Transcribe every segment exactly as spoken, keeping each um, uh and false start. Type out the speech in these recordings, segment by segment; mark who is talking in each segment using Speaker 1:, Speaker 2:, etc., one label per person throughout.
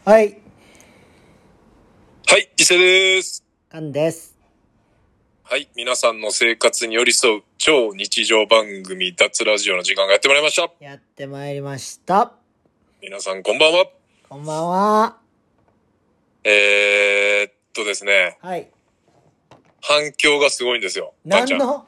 Speaker 1: はい。
Speaker 2: はい、伊勢です。
Speaker 1: カンです。
Speaker 2: はい、皆さんの生活に寄り添う超日常番組脱ラジオの時間がやってまいりました。
Speaker 1: やってまいりました。
Speaker 2: 皆さんこんばんは。
Speaker 1: こんばんは。
Speaker 2: えーっとですね。
Speaker 1: はい。
Speaker 2: 反響がすごいんですよ。
Speaker 1: 何の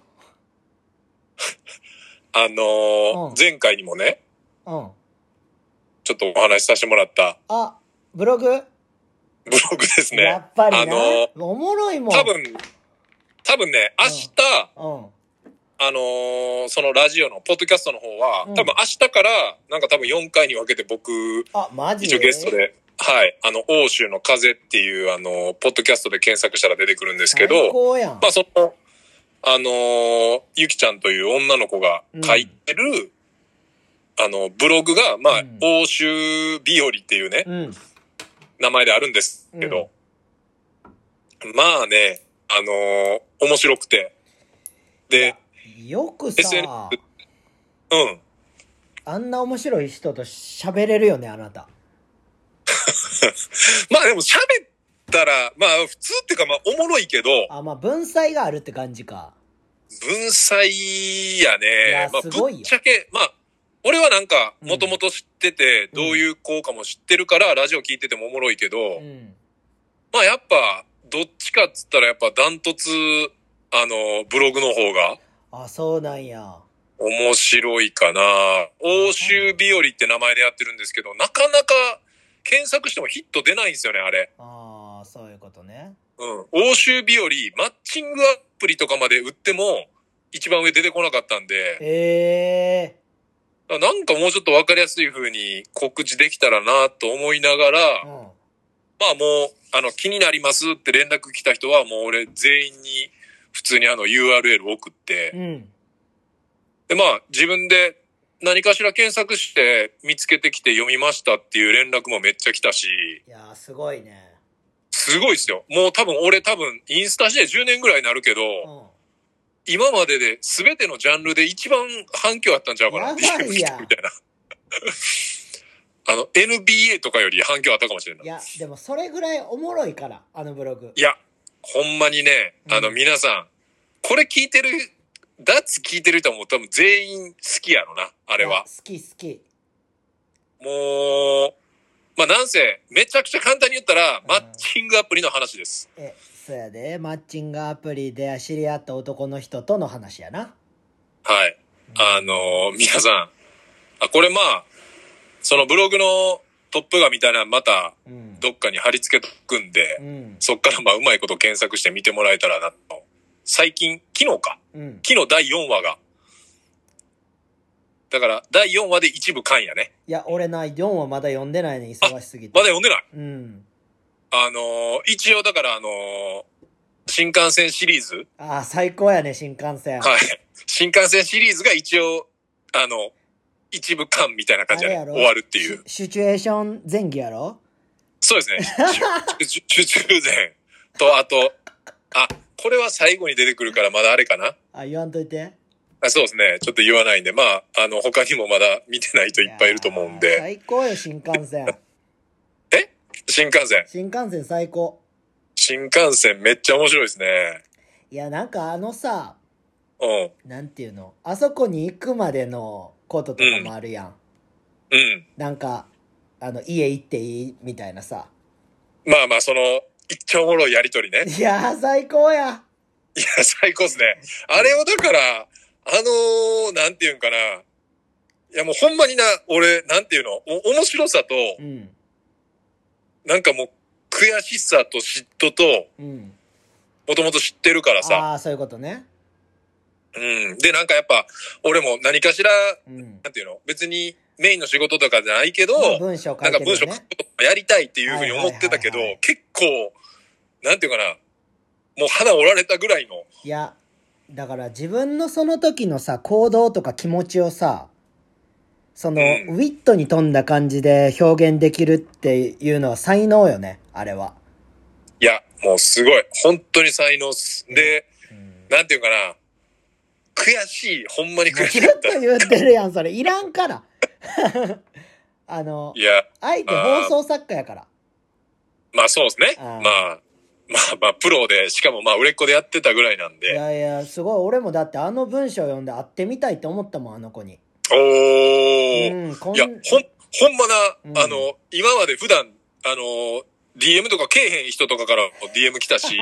Speaker 2: あのーうん、前回にもね、
Speaker 1: うん。
Speaker 2: ちょっとお話しさせてもらった。
Speaker 1: あ、ブログ
Speaker 2: ブログですね。
Speaker 1: やっぱりな。あのー、おもろいもん。
Speaker 2: 多分、多分ね、明日、うん。うん、あのー、そのラジオのポッドキャストの方は、うん、多分明日からなんか多分よんかいに分けて僕、
Speaker 1: あ、マジ
Speaker 2: 一応ゲストで、はい、あの欧州の風っていうあのポッドキャストで検索したら出てくるんですけど、
Speaker 1: 最高やん。
Speaker 2: まあそのあのー、ゆきちゃんという女の子が書いてる、うん、あのブログがまあ、うん、欧州日和っていうね、うん、名前であるんですけど、うん、まあね、あのー、面白くてで。
Speaker 1: よくさ、
Speaker 2: エスエヌエス、うん。
Speaker 1: あんな面白い人と喋れるよね、あなた。
Speaker 2: まあでも喋ったら、まあ普通っていうかまあおもろいけど。
Speaker 1: あ、まあ文才があるって感じか。
Speaker 2: 文才やね。いや、まあぶっちゃけ、まあ、俺はなんか、もともと知ってて、うん、どういう子かも知ってるから、ラジオ聞いててもおもろいけど、うん、まあやっぱ、どっちかっつったらやっぱダントツ、あの、ブログの方が、
Speaker 1: あ、そうなんや。
Speaker 2: 面白いかな。欧州日和って名前でやってるんですけど、なかなか検索してもヒット出ないんですよね、あれ。
Speaker 1: ああ、そういうことね。
Speaker 2: うん。欧州日和、マッチングアプリとかまで売っても、一番上出てこなかったんで。
Speaker 1: へ
Speaker 2: ー。なんかもうちょっとわかりやすい風に告知できたらなと思いながら、うん、まあもう、あの、気になりますって連絡来た人はもう俺全員に普通にあの ユーアールエル 送って、うん、でまあ自分で何かしら検索して見つけてきて読みましたっていう連絡もめっちゃ来たし。
Speaker 1: いやーすごいね。
Speaker 2: すごいですよ。もう多分俺多分インスタしてじゅうねんぐらいになるけど、うん、今までで全てのジャンルで一番反響あったんちゃうかな。
Speaker 1: やばいや
Speaker 2: みたいな。あの エヌビーエー とかより反響あったかもしれない。
Speaker 1: いやでもそれぐらいおもろいからあのブログ。
Speaker 2: いやほんまにね、あの皆さん、うん、これ聞いてるダッツ聞いてる人はもう多分全員好きやろなあれは。
Speaker 1: 好き好き。
Speaker 2: もうまあなんせめちゃくちゃ簡単に言ったら、うん、マッチングアプリの話です。
Speaker 1: えそうやで、マッチングアプリで知り合った男の人との話やな。
Speaker 2: はい、うん、あのー、皆さんあこれまあそのブログのトップ画みたいなまたどっかに貼り付けとくんで、うん、そっからまあうまいこと検索して見てもらえたらなと。最近昨日か、うん、昨日だいよんわがだからだいよんわで一部完やね。
Speaker 1: いや俺なよんわまだ読んでないね、忙しすぎて。
Speaker 2: まだ読んでない。
Speaker 1: うん。
Speaker 2: あのー、一応だからあのー、新幹線シリーズ。
Speaker 1: ああ最高やね新幹線。
Speaker 2: はい。新幹線シリーズが一応あの一部完みたいな感じで終わるっていう。
Speaker 1: シチュエーション前期やろ。
Speaker 2: そうですね。シチュ前とあとあこれは最後に出てくるからまだあれかな。
Speaker 1: あ言わんといて。
Speaker 2: あそうですね。ちょっと言わないんで、まあ、あの、他にもまだ見てない人いっぱいいると思うんで。
Speaker 1: 最高よ、新幹線。
Speaker 2: え新幹線。
Speaker 1: 新幹線最高。
Speaker 2: 新幹線めっちゃ面白いですね。
Speaker 1: いや、なんかあのさ、
Speaker 2: うん。
Speaker 1: なんていうの、あそこに行くまでのこととかもあるやん。
Speaker 2: うん。うん、
Speaker 1: なんか、あの、家行っていいみたいなさ。
Speaker 2: まあまあ、その、いっちゃおもろいやりとりね。
Speaker 1: いやー、最高や。
Speaker 2: いや、最高っすね。あれをだから、あのー、なんていうんかな。いやもうほんまにな、俺、なんていうの、お、面白さと、うん、なんかもう、悔しさと嫉妬と、うん、もともと知ってるからさ。
Speaker 1: ああ、そういうことね。
Speaker 2: うん。で、なんかやっぱ、俺も何かしら、うん、なんていうの、別にメインの仕事とかじゃないけど、まあ、
Speaker 1: 文章書いてるよね、
Speaker 2: なんか文章書くことやりたいっていうふうに思ってたけど、結構、なんていうかな、もう肌折られたぐらいの。
Speaker 1: いや、だから自分のその時のさ行動とか気持ちをさその、うん、ウィットに富んだ感じで表現できるっていうのは才能よねあれは。
Speaker 2: いやもうすごい本当に才能っす。で、うん、なんていうかな悔しいほんまに悔しい。
Speaker 1: ずっと言ってるやんそれいらんからあの
Speaker 2: いや
Speaker 1: 相手放送作家やから
Speaker 2: まあそうですね。
Speaker 1: あー
Speaker 2: まあ、まあまあ、プロで、しかもまあ、売れっ子でやってたぐらいなん
Speaker 1: い
Speaker 2: で。
Speaker 1: やいや、すごい。俺もだってあの文章読んで会ってみたいって思ったもん、あの子に。
Speaker 2: おー。
Speaker 1: うん、こん
Speaker 2: いや、ほん、ほんまな、
Speaker 1: うん
Speaker 2: あの、今まで普段、あの、ディーエム とかけえへん人とかからも ディーエム 来たし、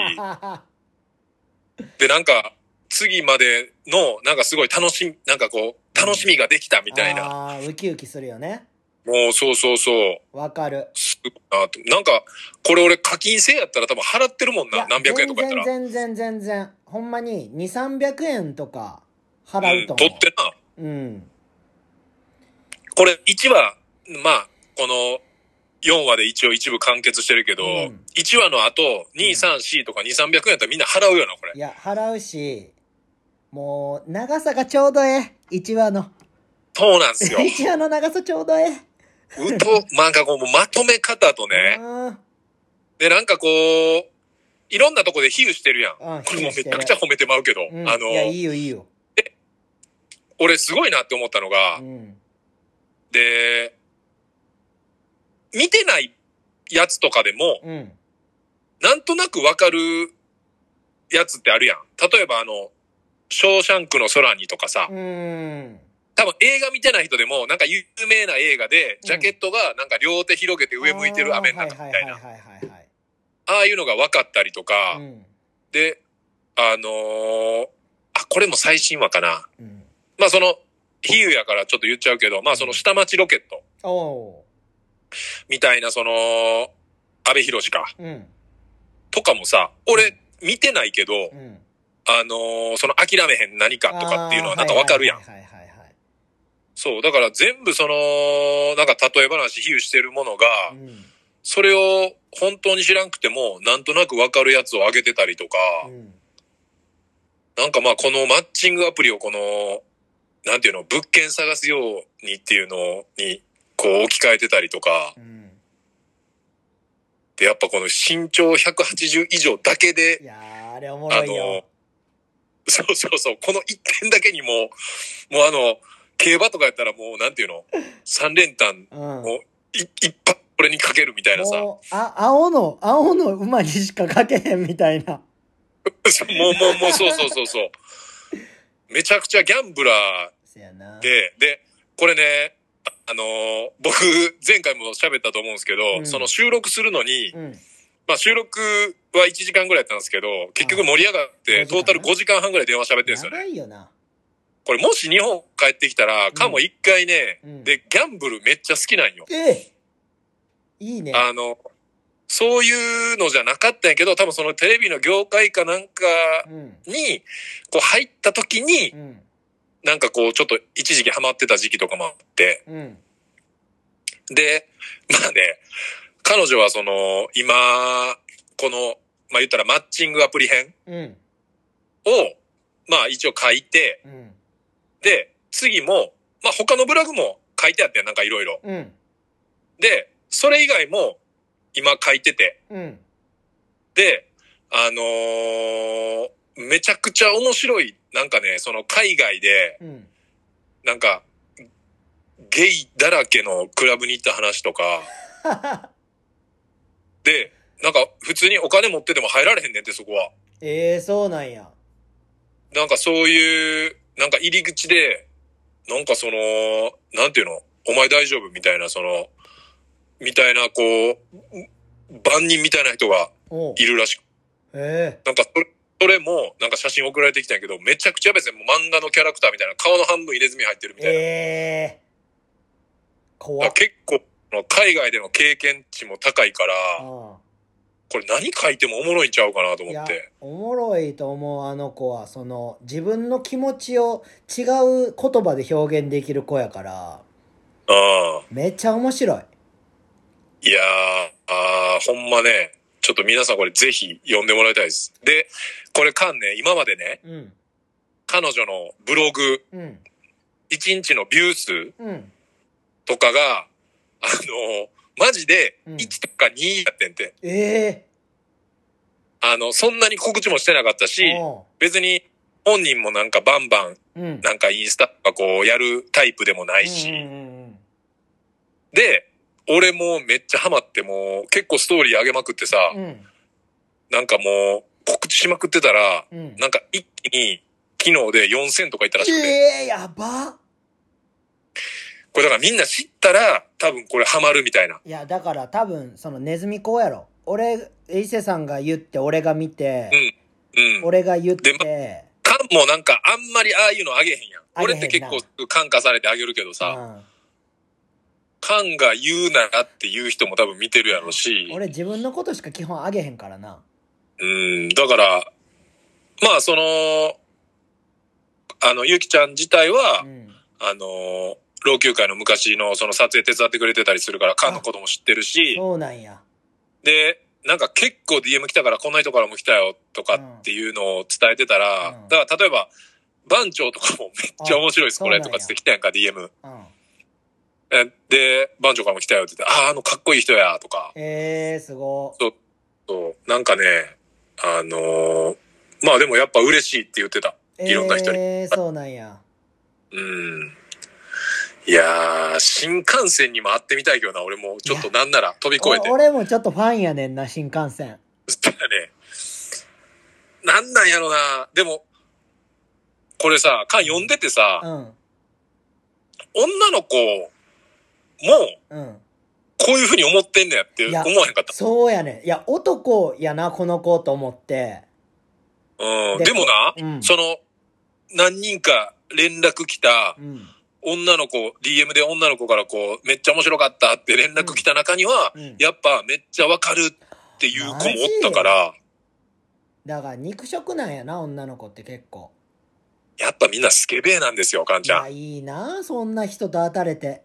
Speaker 2: で、なんか、次までの、なんかすごい楽しみ、なんかこう、楽しみができたみたいな。
Speaker 1: ああ、ウキウキするよね。
Speaker 2: もう、そうそうそう。
Speaker 1: わかる。
Speaker 2: すごいなと。なんか、これ俺課金制やったら多分払ってるもんな。
Speaker 1: いや
Speaker 2: 何百円とかやったら。
Speaker 1: 全然全然全然。ほんまにに、さんびゃくえんとか払うと
Speaker 2: うん、取
Speaker 1: 思
Speaker 2: ってな。
Speaker 1: う。うん。
Speaker 2: これいちわ、まあ、このよんわで一応一部完結してるけど、
Speaker 1: うん
Speaker 2: いちわの後、に、さん、よんとかに、さんびゃくえんやったらみんな払うよな、これ
Speaker 1: い。や、払うし、もう、長さがちょうどええ。いちわの。
Speaker 2: そうなんですよ。
Speaker 1: いちわの長さちょうどええ。
Speaker 2: うと、なんかこう、もうまとめ方とね。
Speaker 1: うん。
Speaker 2: で、なんかこう、いろんなとこで比喩してるやん。
Speaker 1: うん
Speaker 2: これもうめ
Speaker 1: 比喩してる
Speaker 2: ちゃくちゃ褒めてまうけど。
Speaker 1: うん。
Speaker 2: あの
Speaker 1: いや、いいよいいよ。
Speaker 2: 俺すごいなって思ったのが、
Speaker 1: うん。
Speaker 2: で、見てないやつとかでも、
Speaker 1: うん。
Speaker 2: なんとなくわかるやつってあるやん。例えばあの、ショーシャンクの空にとかさ、
Speaker 1: うん。
Speaker 2: 多分映画見てない人でも、なんか有名な映画で、ジャケットがなんか両手広げて上向いてる雨の中みたいな。
Speaker 1: はいはいはいはいはい。
Speaker 2: ああいうのが分かったりとか、
Speaker 1: うん。
Speaker 2: で、あのーあ、これも最新話かな。
Speaker 1: うん。
Speaker 2: まあその、比喩やからちょっと言っちゃうけど、まあその下町ロケット
Speaker 1: おお
Speaker 2: みたいなその、安倍博士か。
Speaker 1: ー。うん。
Speaker 2: とかもさ、俺見てないけど、
Speaker 1: うん。
Speaker 2: あのーその諦めへん何かとかっていうのはなんかわかるやん。
Speaker 1: はいはいはいはいはい。
Speaker 2: そう、だから全部その、なんか例え話比喩してるものが、
Speaker 1: うん。
Speaker 2: それを本当に知らんくても、なんとなくわかるやつをあげてたりとか、
Speaker 1: うん。
Speaker 2: なんかまあこのマッチングアプリをこの、なんていうの、物件探すようにっていうのに、こう置き換えてたりとか、
Speaker 1: うん。
Speaker 2: で、やっぱこの身長ひゃくはちじゅう以上だけで
Speaker 1: い、やー、あれおも
Speaker 2: あ
Speaker 1: ろいよ
Speaker 2: の。、そうそうそう、この一点だけにもう、もうあの、競馬とかやったらもうなんていうの、三連単、
Speaker 1: うん。
Speaker 2: もうい一発これにかけるみたいなさ、も
Speaker 1: もう、あ、青の、青の馬にしかかけへんみたいな。
Speaker 2: うもうもうそうそうそうそう。めちゃくちゃギャンブラ
Speaker 1: そやな
Speaker 2: ー。で、で、これね、あのー僕、前回も喋ったと思うんですけど、
Speaker 1: うん
Speaker 2: その収録するのに、
Speaker 1: うん。
Speaker 2: まあ収録はいちじかんぐらいやったんですけど、結局盛り上がって、
Speaker 1: あごじかん
Speaker 2: トータルごじかんはんぐらい電話喋ってるんですよ
Speaker 1: やば
Speaker 2: ね。
Speaker 1: いよな。
Speaker 2: これもし日本帰ってきたら、かも一回ね、
Speaker 1: うん
Speaker 2: で、ギャンブルめっちゃ好きなんよ。
Speaker 1: ええいいね。
Speaker 2: あの、そういうのじゃなかったんやけど、多分そのテレビの業界かなんか
Speaker 1: うん。
Speaker 2: に、こう入った時に
Speaker 1: う、ん。
Speaker 2: なんかこうちょっと一時期ハマってた時期とかもあって、
Speaker 1: うん。
Speaker 2: で、まあね、彼女はその、今、この、まあ言ったらマッチングアプリ編
Speaker 1: うん。
Speaker 2: を、まあ一応書いて、
Speaker 1: うん。
Speaker 2: で、次も、まあ他のブログも書いてあってんなんかいろいろ。
Speaker 1: うん。
Speaker 2: で、それ以外も今書いてて、
Speaker 1: うん。
Speaker 2: で、あのーめちゃくちゃ面白い、なんかね、その海外で、
Speaker 1: うん。
Speaker 2: なんか、ゲイだらけのクラブに行った話とか、で、なんか普通にお金持ってても入られへんねんって、そこは。
Speaker 1: ええそうなんや。
Speaker 2: なんかそういう、なんか入り口で、なんかその、なんていうの、お前大丈夫みたいな、その、みたいな、こう、万人みたいな人が
Speaker 1: おう。
Speaker 2: いるらしく、
Speaker 1: え
Speaker 2: なんかそれ、それも、なんか写真送られてきたんやけど、めちゃくちゃ別にもう漫画のキャラクターみたいな、顔の半分入れ墨入ってるみ
Speaker 1: え
Speaker 2: たいな。
Speaker 1: ええ怖っ。
Speaker 2: 結構、海外での経験値も高いから、
Speaker 1: あ
Speaker 2: これ何書いてもおもろいんちゃうかなと
Speaker 1: あいや
Speaker 2: 思って。
Speaker 1: おもろいと思うあの子はその自分の気持ちを違う言葉で表現できる子やから
Speaker 2: ああ。
Speaker 1: めっちゃ面白い。
Speaker 2: いやー、あーほんまね、ちょっと皆さんこれぜひ読んでもらいたいです。で、これかんね、今までね、
Speaker 1: うん
Speaker 2: 彼女のブログ、
Speaker 1: うん
Speaker 2: いちにちのビュー数
Speaker 1: うん
Speaker 2: とかが、あの、マジで
Speaker 1: うん
Speaker 2: いちとかにやってんて。
Speaker 1: ええ
Speaker 2: あの、そんなに告知もしてなかったし、
Speaker 1: お
Speaker 2: 別に本人もなんかバンバン、
Speaker 1: ううん
Speaker 2: なんかインスタとかこうやるタイプでもないし、
Speaker 1: うんうん
Speaker 2: で、 俺もめっちゃハマってもう結構ストーリー上げまくってさ、
Speaker 1: うん、
Speaker 2: なんかもう告知しまくってたら、
Speaker 1: うん、
Speaker 2: なんか一気に昨日でよんせんとかいったらしくて。
Speaker 1: ええー、やば。
Speaker 2: これだからみんな知ったら多分これハマるみたいな。
Speaker 1: いや、だから多分そのネズミ講やろ。俺、伊勢さんが言って俺が見て、
Speaker 2: うん。うん。
Speaker 1: 俺が言って、
Speaker 2: で、ま、カンもなんかあんまりああいうのあげへんやん。俺って結構感化されてあげるけどさ、うん、カンが言うならっていう人も多分見てるやろし。
Speaker 1: 俺自分のことしか基本あげへんからな。
Speaker 2: うん、だから、まあその、あの、ゆきちゃん自体は、うん、あの、老朽会の昔のその撮影手伝ってくれてたりするから、カンのことも知ってるし。
Speaker 1: そうなんや。
Speaker 2: で、なんか結構 ディーエム 来たからこんな人からも来たよとかっていうのを伝えてたら、うん、だから例えば、番長とかもめっちゃ面白いです、これとかつって来たやんか、ディーエム。うん、で、番長からも来たよって言って、ああ、あのかっこいい人や、とか。
Speaker 1: ええー、すご
Speaker 2: い。そう、そう、なんかね、あのー、まあでもやっぱ嬉しいって言ってた。いろんな人に。
Speaker 1: ええー、そうなんや。
Speaker 2: うん。いやー、新幹線にも会ってみたいけどな、俺もちょっとなんなら飛び越えて。
Speaker 1: 俺もちょっとファンやねんな、新幹線。
Speaker 2: そうやね。なんなんやろな。でも、これさ、缶読んでてさ、うん、女の子も、うん、こういう風に思ってんねやって思わへんかった。
Speaker 1: そうやね。いや、男やな、この子と思って。
Speaker 2: うん。で, でもな、うん、その、何人か連絡来た、うん女の子、ディーエム で女の子からこう、めっちゃ面白かったって連絡来た中には、うんうん、やっぱめっちゃわかるっていう子もおったから。
Speaker 1: だから肉食なんやな、女の子って結構。
Speaker 2: やっぱみんなスケベーなんですよ、カンちゃん。
Speaker 1: いや、いいな、そんな人と当たれて。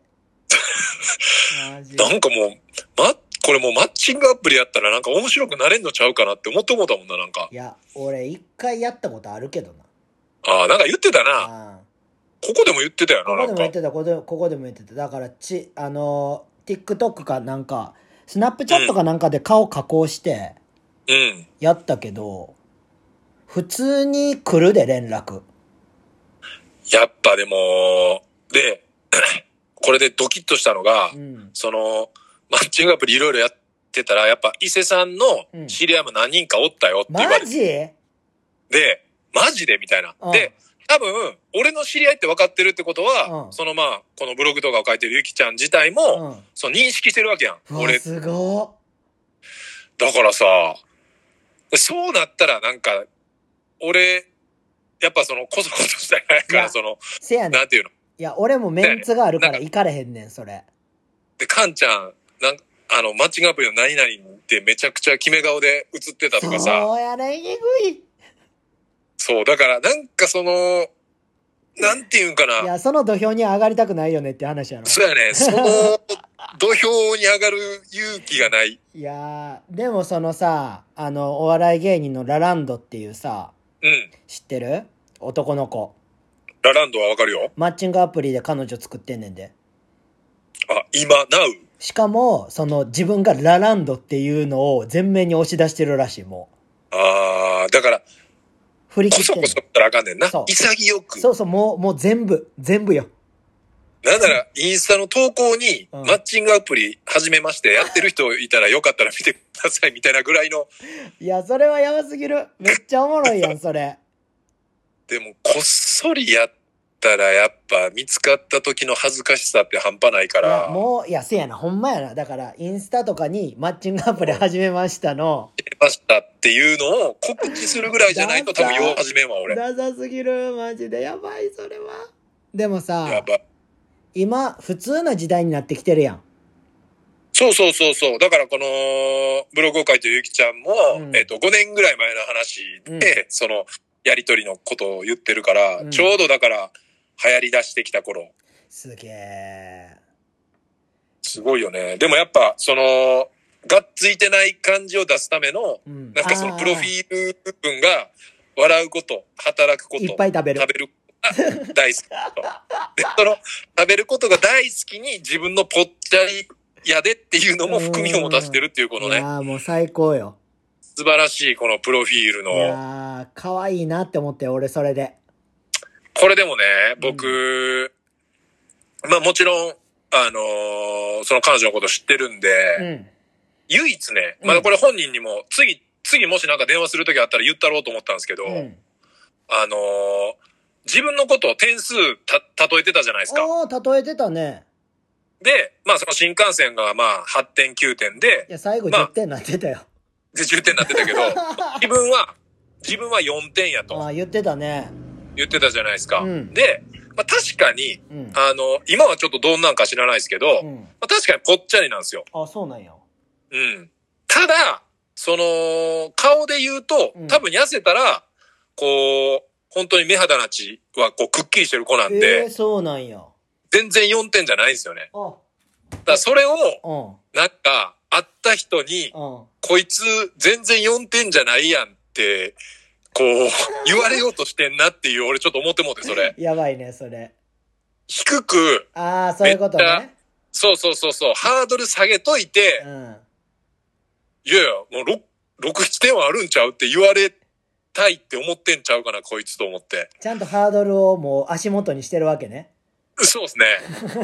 Speaker 2: なんかもう、ま、これもうマッチングアプリやったらなんか面白くなれんのちゃうかなって思って思ったもんな、なんか。
Speaker 1: いや、俺一回やったことあるけどな。
Speaker 2: ああ、なんか言ってたな。あここでも言ってたよな、
Speaker 1: ここでも言ってた、ここで、ここでも言ってた。だから、ち、あの、TikTok かなんか、スナップチャットかなんかで顔加工して、うん。やったけど、普通に来るで、連絡。
Speaker 2: やっぱでも、で、これでドキッとしたのが、うん、その、マッチングアプリいろいろやってたら、やっぱ伊勢さんの知り合いも何人かおったよって言われて。マジ？で、マジでみたいな。うん、で、多分、俺の知り合いって分かってるってことは、うん、そのまあ、このブログ動画を書いてるゆきちゃん自体も、うん、そう認識してるわけやん。俺。
Speaker 1: すご
Speaker 2: だからさ、そうなったらなんか、俺、やっぱその、こそこそしたいから、その、
Speaker 1: せやねん。
Speaker 2: なんていうの。
Speaker 1: いや、俺もメンツがあるから行かれへんねん、それ。
Speaker 2: で、かんちゃん、なんあの、マッチングアプリの何々ってめちゃくちゃ決め顔で映ってたとかさ。
Speaker 1: そうやねん、えぐい。
Speaker 2: そう、だからなんかその、なんていうんかな。
Speaker 1: いや、その土俵に上がりたくないよねって話やろ。
Speaker 2: そうやね。その土俵に上がる勇気がない。
Speaker 1: いやー、でもそのさ、あの、お笑い芸人のラランドっていうさ、うん。知ってる？男の子。
Speaker 2: ラランドはわかるよ。
Speaker 1: マッチングアプリで彼女作ってんねんで。
Speaker 2: あ、今、ナウ？
Speaker 1: しかも、その自分がラランドっていうのを前面に押し出してるらしい、も
Speaker 2: う。あー、だから、振り切ってんの。こそこそったらあかんねんな。潔く。
Speaker 1: そうそう、もう、もう全部、全部よ。
Speaker 2: なんなら、インスタの投稿に、マッチングアプリ始めまして、やってる人いたらよかったら見てください、みたいなぐらいの。
Speaker 1: いや、それはやばすぎる。めっちゃおもろいやん、それ。
Speaker 2: でも、こっそりやったら、やっぱ、見つかった時の恥ずかしさって半端ないから。
Speaker 1: いや、もう、いや、せやな、ほんまやな。だから、インスタとかに、マッチングアプリ始めましたの。
Speaker 2: 始めましたっていうのを告知するぐらいじゃないと多分よう始めんわ、俺。
Speaker 1: ダサすぎる、マジで。やばい、それは。でもさ、やばい。今、普通な時代になってきてるやん。
Speaker 2: そうそうそうそう。だからこの、ブログを書いてるゆきちゃんも、うん、えっと、ごねんぐらい前の話で、うん、その、やりとりのことを言ってるから、うん、ちょうどだから、流行り出してきた頃。
Speaker 1: すげえ。
Speaker 2: すごいよね。でもやっぱ、その、がっついてない感じを出すための、うん、なんかその、プロフィール部分が、笑うこと、働くこと、
Speaker 1: いっぱい食べる。
Speaker 2: 食べる大好きと。で、その、食べることが大好きに自分のぽっちゃりやでっていうのも含みを持たせてるっていうこのね。
Speaker 1: いやーもう最高よ。
Speaker 2: 素晴らしいこのプロフィールの。い
Speaker 1: やー、可愛いなって思って俺それで。
Speaker 2: これでもね、僕、うん、まあもちろん、 あのー、その彼女のこと知ってるんで、うん、唯一ね、まだこれ本人にも、次、次もしなんか電話するときあったら言ったろうと思ったんですけど、うん、あのー、自分のことを点数た、例えてたじゃないですか。
Speaker 1: ああ、例えてたね。
Speaker 2: で、まあその新幹線がまあはってんきゅうてんで、
Speaker 1: いや、最後じゅってんなってたよ。
Speaker 2: まあ、で、じゅってんなってたけど、自分は、自分はよんてんやと。
Speaker 1: ああ、言ってたね。
Speaker 2: 言ってたじゃないですか。うん、で、まあ確かに、うん、あの、今はちょっとどんなんか知らないですけど、うん、まあ、確かにぽっちゃりなんですよ。
Speaker 1: あ、そうなんや。
Speaker 2: うん。ただ、その、顔で言うと、多分痩せたら、こう、本当に目肌なちはこうくっきりしてる子なんで、
Speaker 1: えー、そうなんや。
Speaker 2: 全然よんてんじゃないんですよね。あ、だからそれを、なんか、会った人に、こいつ全然よんてんじゃないやんって、こう、言われようとしてんなっていう、俺ちょっと思ってもうて、それ。
Speaker 1: やばいね、それ。
Speaker 2: 低く、
Speaker 1: ああ、そういうことね。
Speaker 2: そうそうそうそう、ハードル下げといて、うん、いやいや、もうろく、ろく、ななてんはあるんちゃうって言われたいって思ってんちゃうかな、こいつと思って。
Speaker 1: ちゃんとハードルをもう足元にしてるわけね。
Speaker 2: そうですね。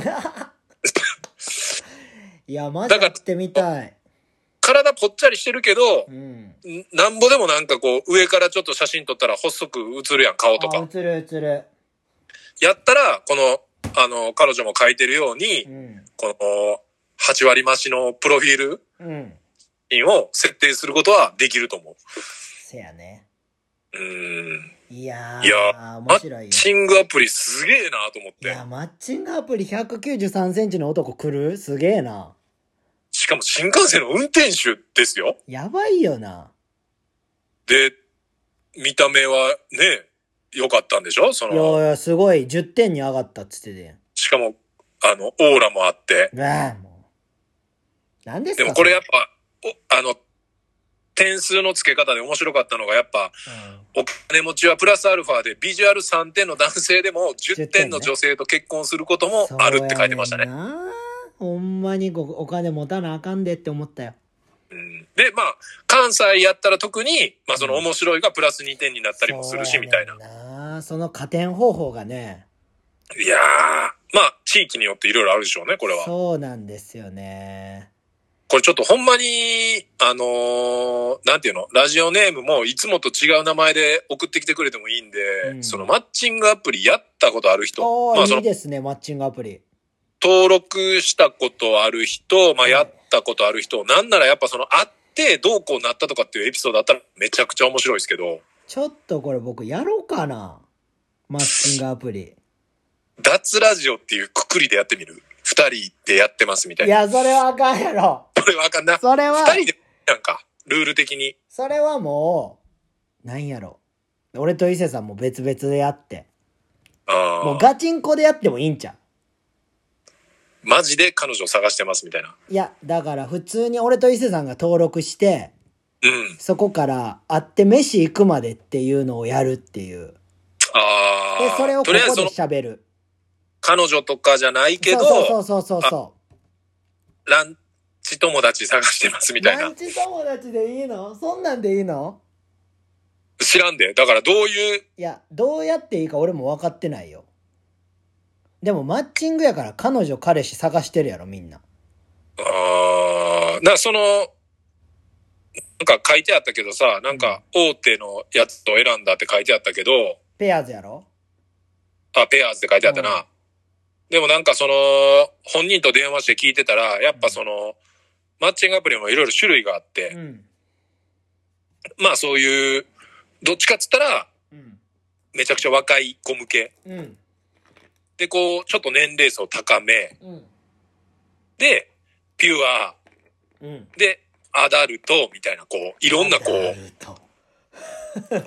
Speaker 1: いや、マジでやってみたい。
Speaker 2: 体ぽっちゃりしてるけど、うん、なんぼでもなんかこう、上からちょっと写真撮ったら細く映るやん、顔とか。
Speaker 1: あ、映る映る。
Speaker 2: やったら、この、あの、彼女も書いてるように、うん、この、はち割増しのプロフィール、うん、を設定することはできると思う。
Speaker 1: せやね。
Speaker 2: うーん。
Speaker 1: いやー、いや面白いよ。
Speaker 2: マッチングアプリすげえなと思って。
Speaker 1: いや、マッチングアプリひゃくきゅうじゅうさんセンチの男来る？すげえな。
Speaker 2: しかも新幹線の運転手ですよ。
Speaker 1: やばいよな。
Speaker 2: で、見た目はね、良かったんでしょその。
Speaker 1: いやいや、すごい。じゅってんに上がったっつってて。
Speaker 2: しかも、あの、オーラもあって。
Speaker 1: ああ、もう。なんですか？
Speaker 2: でもこれやっぱ、お、あの、点数の付け方で面白かったのがやっぱ、うん、お金持ちはプラスアルファでビジュアルさんてんの男性でもじゅってんの女性と結婚することもあるって書いてましたね。
Speaker 1: そうやねんな。ほんまにお金持たなあかんでって思ったよ。
Speaker 2: うん、で、まあ、関西やったら特に、まあその面白いがプラスにてんになったりもするし、みたいな。
Speaker 1: なその加点方法がね。
Speaker 2: いやー、まあ、地域によっていろいろあるでしょうね、これは。
Speaker 1: そうなんですよね。
Speaker 2: これちょっとほんまに、あのー、なんていうの、ラジオネームもいつもと違う名前で送ってきてくれてもいいんで、うん、そのマッチングアプリやったことある人。
Speaker 1: まあ、いいですね、マッチングアプリ。
Speaker 2: 登録したことある人、まあ、やったことある人、はい、なんならやっぱその会ってどうこうなったとかっていうエピソードだったらめちゃくちゃ面白いですけど。
Speaker 1: ちょっとこれ僕やろうかな。マッチングアプリ。
Speaker 2: 脱ラジオっていうくくりでやってみる？二人でやってますみたいな。
Speaker 1: いや、それはあかんやろ。
Speaker 2: それはあかんな。
Speaker 1: それは。
Speaker 2: 二人でなんか、ルール的に。
Speaker 1: それはもう、なんやろ。俺と伊勢さんも別々でやって。ああ。もうガチンコでやってもいいんちゃう？
Speaker 2: マジで彼女を探してますみたいな。
Speaker 1: いや、だから普通に俺と伊勢さんが登録して、うん。そこから会って飯行くまでっていうのをやるっていう。ああ。で、それをここで喋る。
Speaker 2: 彼女とかじゃないけど、
Speaker 1: そうそうそうそうそう。
Speaker 2: ランチ友達探してますみたいな。
Speaker 1: ランチ友達でいいの？そんなんでいいの？
Speaker 2: 知らんで。だからどういう。
Speaker 1: いや、どうやっていいか俺も分かってないよ。でもマッチングやから彼女彼氏探してるやろみんな。
Speaker 2: ああ、だからその、なんか書いてあったけどさ、なんか大手のやつと選んだって書いてあったけど。
Speaker 1: ペアーズやろ？
Speaker 2: あ、ペアーズって書いてあったな。うん、でもなんかその、本人と電話して聞いてたら、やっぱその、うん、マッチングアプリもいろいろ種類があって、うん、まあそういう、どっちかっつったら、うん、めちゃくちゃ若い子向け。うん、で、こう、ちょっと年齢層高め。うん、で、ピュア。うん、で、アダルトみたいな、こう、いろんなこう。アダルト。だから、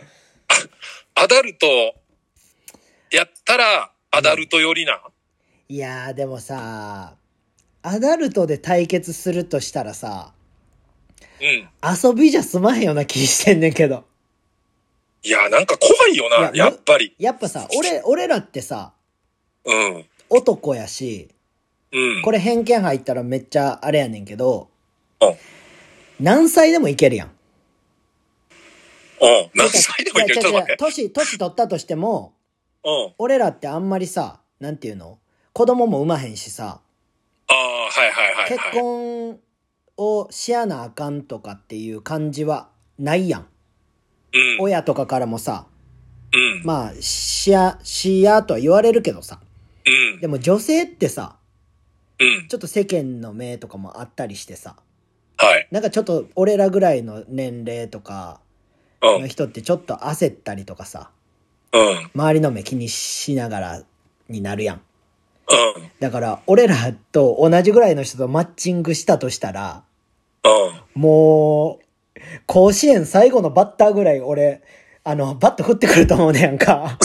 Speaker 2: アダルトやったら、アダルト寄りな、
Speaker 1: うん、いやーでもさ、アダルトで対決するとしたらさ、うん。遊びじゃ済まへんような気してんねんけど。
Speaker 2: いやーなんか怖いよな、や, やっぱり。
Speaker 1: やっぱさ、俺、俺らってさ、うん。男やし、うん。これ偏見入ったらめっちゃあれやねんけど、うん。何歳でもいけるやん。
Speaker 2: うん。何歳でもいける。ちょっと待って。
Speaker 1: 年、年取ったとしても、うん、俺らってあんまりさ、なんていうの？ 子供も産まへんしさ、
Speaker 2: ああ、はいはいはい、はい。
Speaker 1: 結婚をしやなあかんとかっていう感じはないやん。
Speaker 2: うん。
Speaker 1: 親とかからもさ、
Speaker 2: うん。
Speaker 1: まあ、しや、しやとは言われるけどさ。
Speaker 2: うん。
Speaker 1: でも女性ってさ、
Speaker 2: うん。
Speaker 1: ちょっと世間の目とかもあったりしてさ、
Speaker 2: はい。
Speaker 1: なんかちょっと俺らぐらいの年齢とか
Speaker 2: うん。
Speaker 1: の人ってちょっと焦ったりとかさ、
Speaker 2: うん。
Speaker 1: 周りの目気にしながらになるやん。
Speaker 2: うん。
Speaker 1: だから俺らと同じぐらいの人とマッチングしたとしたら、
Speaker 2: うん。
Speaker 1: もう、甲子園最後のバッターぐらい俺、あの、バット振ってくると思うねやんか。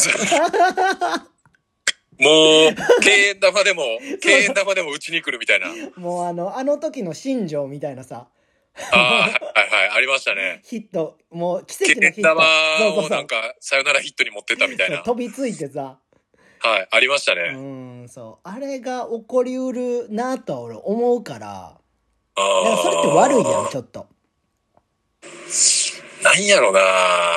Speaker 2: もう、敬遠玉でも、敬遠玉でも打ちに来るみたいな。
Speaker 1: もうあの、あの時の新庄みたいなさ。
Speaker 2: ああ、はいはい、ありましたね。
Speaker 1: ヒット、もう奇
Speaker 2: 敬
Speaker 1: 跡のヒット。
Speaker 2: 遠玉
Speaker 1: そうそうそう
Speaker 2: をなんか、さよならヒットに持ってったみたいな。
Speaker 1: 飛びついてさ。
Speaker 2: はい、ありました
Speaker 1: う
Speaker 2: ね。
Speaker 1: ーん、そう。あれが起こりうるなとは俺思うから。
Speaker 2: あ
Speaker 1: だからそれって悪いやん、ちょっと。
Speaker 2: なんやろな。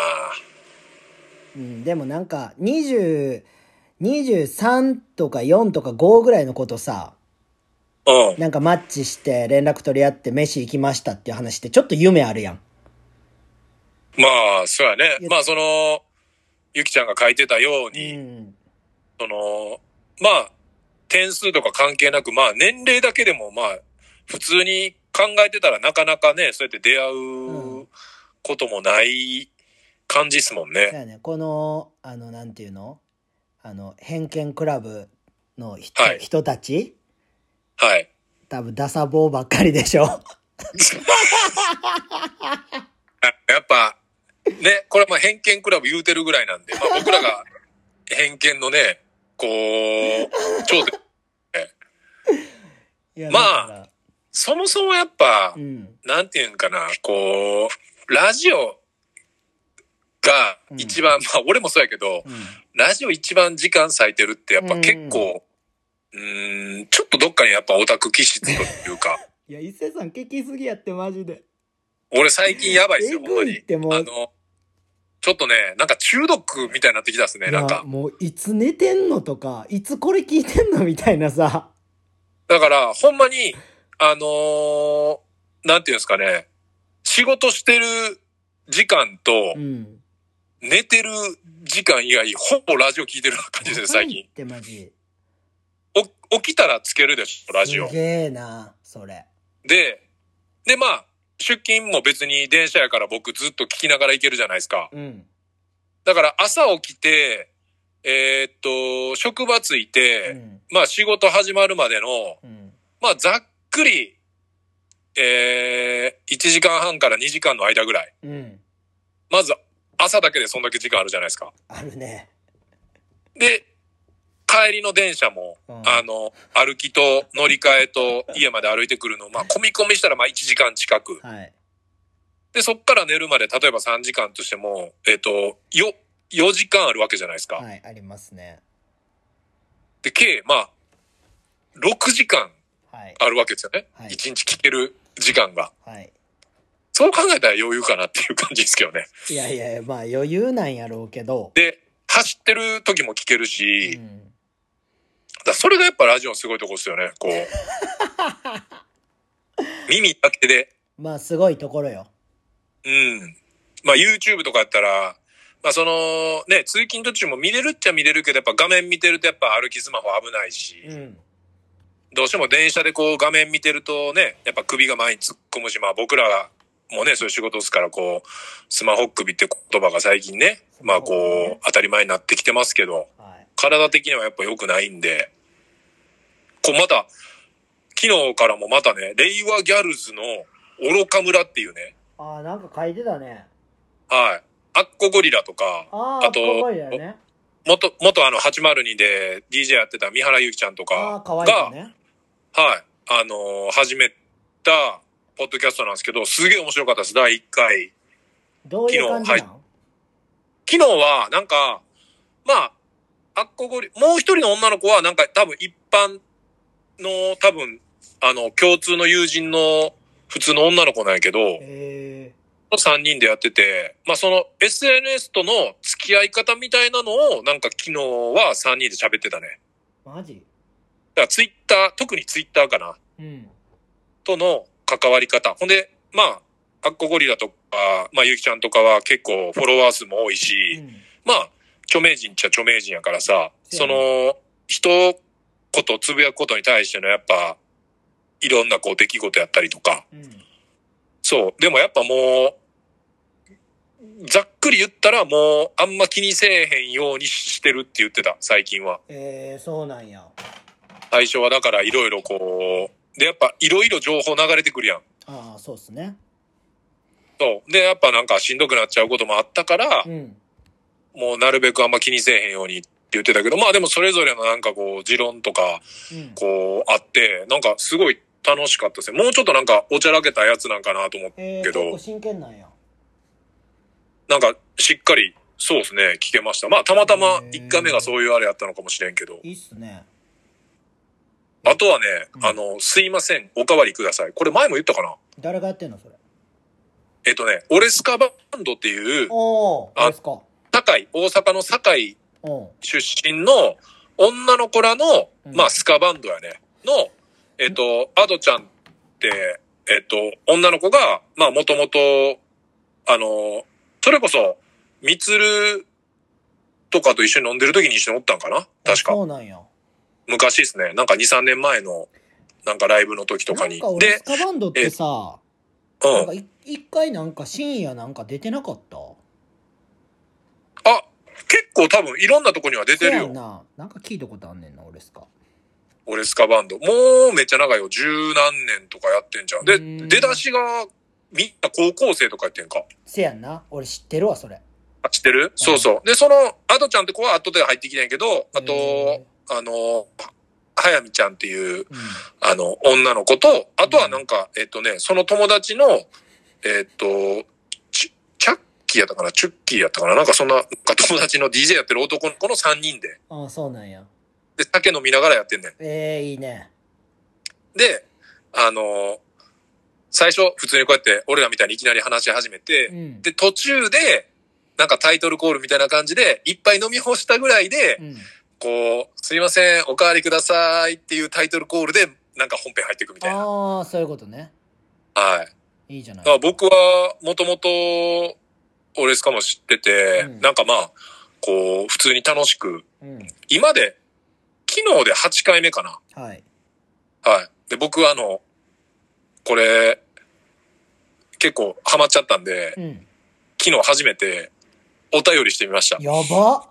Speaker 1: うん、でもなんか、にじゅう、にじゅうさんとかよんとかごぐらいのことさ、
Speaker 2: うん。
Speaker 1: なんかマッチして連絡取り合って飯行きましたっていう話ってちょっと夢あるやん。
Speaker 2: まあ、そうやね。まあ、その、ゆきちゃんが書いてたように、
Speaker 1: うん、
Speaker 2: その、まあ、点数とか関係なく、まあ、年齢だけでも、まあ、普通に考えてたらなかなかね、そうやって出会うこともない感じっすもんね。
Speaker 1: そうやね。この、あの、なんていうのあの、偏見クラブの人、
Speaker 2: はい
Speaker 1: 人たち
Speaker 2: はい。
Speaker 1: 多分ダサ坊ばっかりでしょ。
Speaker 2: やっぱ、ね、これはまあ偏見クラブ言うてるぐらいなんで、まあ僕らが偏見のね、こう、頂点。
Speaker 1: いや
Speaker 2: まあ、そもそもやっぱ、
Speaker 1: うん、
Speaker 2: なんていうんかな、こう、ラジオが一番、うん、まあ俺もそうやけど、うん、ラジオ一番時間割いてるってやっぱ結構、うん、うーんちょっとどっかにやっぱオタク気質というか。
Speaker 1: いや、伊勢さん聞きすぎやってマジで。
Speaker 2: 俺最近やばいっすよ、ほんまに。
Speaker 1: も
Speaker 2: あの、ちょっとね、なんか中毒みたいになってきたっすね、なんか。
Speaker 1: もういつ寝てんのとか、いつこれ聞いてんのみたいなさ。
Speaker 2: だから、ほんまに、あのー、なんていうんですかね、仕事してる時間と、うん寝てる時間以外、ほぼラジオ聞いてる感じですね、最近。
Speaker 1: ってマジ。
Speaker 2: お、起きたらつけるでしょ、ラジオ。
Speaker 1: すげえな、それ。
Speaker 2: で、で、まあ、出勤も別に電車やから僕ずっと聞きながら行けるじゃないですか。うん。だから朝起きて、えー、っと、職場着いて、うん、まあ仕事始まるまでの、うん、まあざっくり、えー、いちじかんはんからにじかんの間ぐらい。うん。まず、朝だけでそんだけ時間あるじゃないですか。
Speaker 1: あるね。
Speaker 2: で、帰りの電車も、うん、あの、歩きと乗り換えと家まで歩いてくるの、まあ、込み込みしたらまあいちじかん近く。はい。で、そっから寝るまで、例えばさんじかんとしても、えっと、よ、よじかんあるわけじゃないですか。
Speaker 1: はい、ありますね。
Speaker 2: で、計、まあ、ろくじかんあるわけですよね。はい。いちにち聞ける時間が。はい。そう考えたら余裕かなっていう感じですけどね。
Speaker 1: いやいや、まあ余裕なんやろうけど。
Speaker 2: で、走ってる時も聞けるし、うん、だそれがやっぱラジオのすごいとこですよね、こう。耳だけで。
Speaker 1: まあすごいところよ。
Speaker 2: うん。まあ YouTube とかやったら、まあそのね、通勤途中も見れるっちゃ見れるけど、やっぱ画面見てるとやっぱ歩きスマホ危ないし、うん、どうしても電車でこう画面見てるとね、やっぱ首が前に突っ込むし、まあ僕らがもうね、そういう仕事ですから、こう、スマホ首って言葉が最近ね、まあこう、当たり前になってきてますけど、はい、体的にはやっぱ良くないんで、こうまた、昨日からもまたね、令和ギャルズの愚か村っていうね。
Speaker 1: ああ、なんか書いてたね。
Speaker 2: はい。アッコゴリラとか、
Speaker 1: あ, あと、ね、
Speaker 2: 元、元あのはちまるにで ディージェー やってた三原ゆきちゃんとかが、
Speaker 1: あかわいいね、
Speaker 2: はい、あのー、始めた、ポッドキャストなんですけど、すげえ面白かったです、だいいっかい。
Speaker 1: どういう感じなの？
Speaker 2: 昨日、昨日は、なんか、まあ、あっこごり、もう一人の女の子は、なんか多分一般の、多分、あの、共通の友人の普通の女の子なんやけど、へー。さんにんでやってて、まあその エスエヌエス との付き合い方みたいなのを、なんか昨日はさんにんで喋ってたね。
Speaker 1: マジ？
Speaker 2: からツイッター、特にツイッターかな。
Speaker 1: うん。
Speaker 2: との関わり方。ほんで、まあ、アッコゴリラとか、まあ、ゆきちゃんとかは結構フォロワー数も多いし、うん、まあ、著名人っちゃ著名人やからさ、その、一言つぶやくことに対してのやっぱ、いろんなこう出来事やったりとか、うん、そう。でもやっぱもう、ざっくり言ったらもう、あんま気にせえへんようにしてるって言ってた、最近は。
Speaker 1: えー、そうなんや。
Speaker 2: 最初はだからいろいろこう、で、やっぱいろいろ情報流れてくるやん。
Speaker 1: ああ、そうっすね。
Speaker 2: そう。で、やっぱなんかしんどくなっちゃうこともあったから、うん、もうなるべくあんま気にせえへんようにって言ってたけど、まあでもそれぞれのなんかこう、持論とか、こう、あって、なんかすごい楽しかったですね。もうちょっとなんかおちゃらけたやつなんかなと思ったけど。
Speaker 1: えー、結構真剣なんや。
Speaker 2: なんかしっかり、そうですね、聞けました。まあたまたまいっかいめがそういうあれやったのかもしれんけど。
Speaker 1: いいっすね。
Speaker 2: あとはね、うん、あの、すいません、おかわりください。これ前も言ったかな？
Speaker 1: 誰がやってんのそれ。
Speaker 2: えっとね、オレスカバンドっていう、
Speaker 1: おー、オレスカ。
Speaker 2: 堺、大阪の堺出身の女の子らの、まあスカバンドやね。の、えっと、アドちゃんって、えっと、女の子が、まあもともと、あの、それこそ、みつるとかと一緒に飲んでる時に一緒におったんかな確か。
Speaker 1: そうなんや。
Speaker 2: 昔ですね。なんかに、さんねんまえの、なんかライブの時とかに。
Speaker 1: なんか俺スカバンドってさ、
Speaker 2: うん。
Speaker 1: なんか一回なんか深夜なんか出てなかった？
Speaker 2: あ、結構多分いろんなとこには出てるよ。
Speaker 1: そうやな。なんか聞いたことあんねんな、俺スカ。
Speaker 2: 俺スカバンド。もうめっちゃ長いよ。十何年とかやってんじゃん。で、出だしがみんな高校生とかやってんか。
Speaker 1: せやんな。俺知ってるわ、それ。
Speaker 2: あ、知ってる？そうそう。で、その、アドちゃんって子は後で入ってきたんやけど、あと、あの、はやみちゃんっていう、うん、あの、女の子と、あとはなんか、うん、えっとね、その友達の、えっと、チャッキーやったかな、チュッキーやったかな、なんかそんな、友達の ディージェー やってる男の子のさんにんで。
Speaker 1: ああ、そうなんや。
Speaker 2: で、酒飲みながらやってんねん。
Speaker 1: ええー、いいね。
Speaker 2: で、あの、最初、普通にこうやって、俺らみたいにいきなり話し始めて、うん、で、途中で、なんかタイトルコールみたいな感じで、いっぱい飲み干したぐらいで、うん、こう、すいません、おかわりくださいっていうタイトルコールで、なんか本編入っていくみたいな。
Speaker 1: ああ、そういうことね。
Speaker 2: はい。
Speaker 1: いいじゃない。
Speaker 2: だから僕は、もともと、オレスカも知ってて、うん、なんかまあ、こう、普通に楽しく、うん、今で、昨日ではちかいめかな。
Speaker 1: はい。
Speaker 2: はい。で、僕はあの、これ、結構ハマっちゃったんで、うん、昨日初めてお便りしてみました。
Speaker 1: やば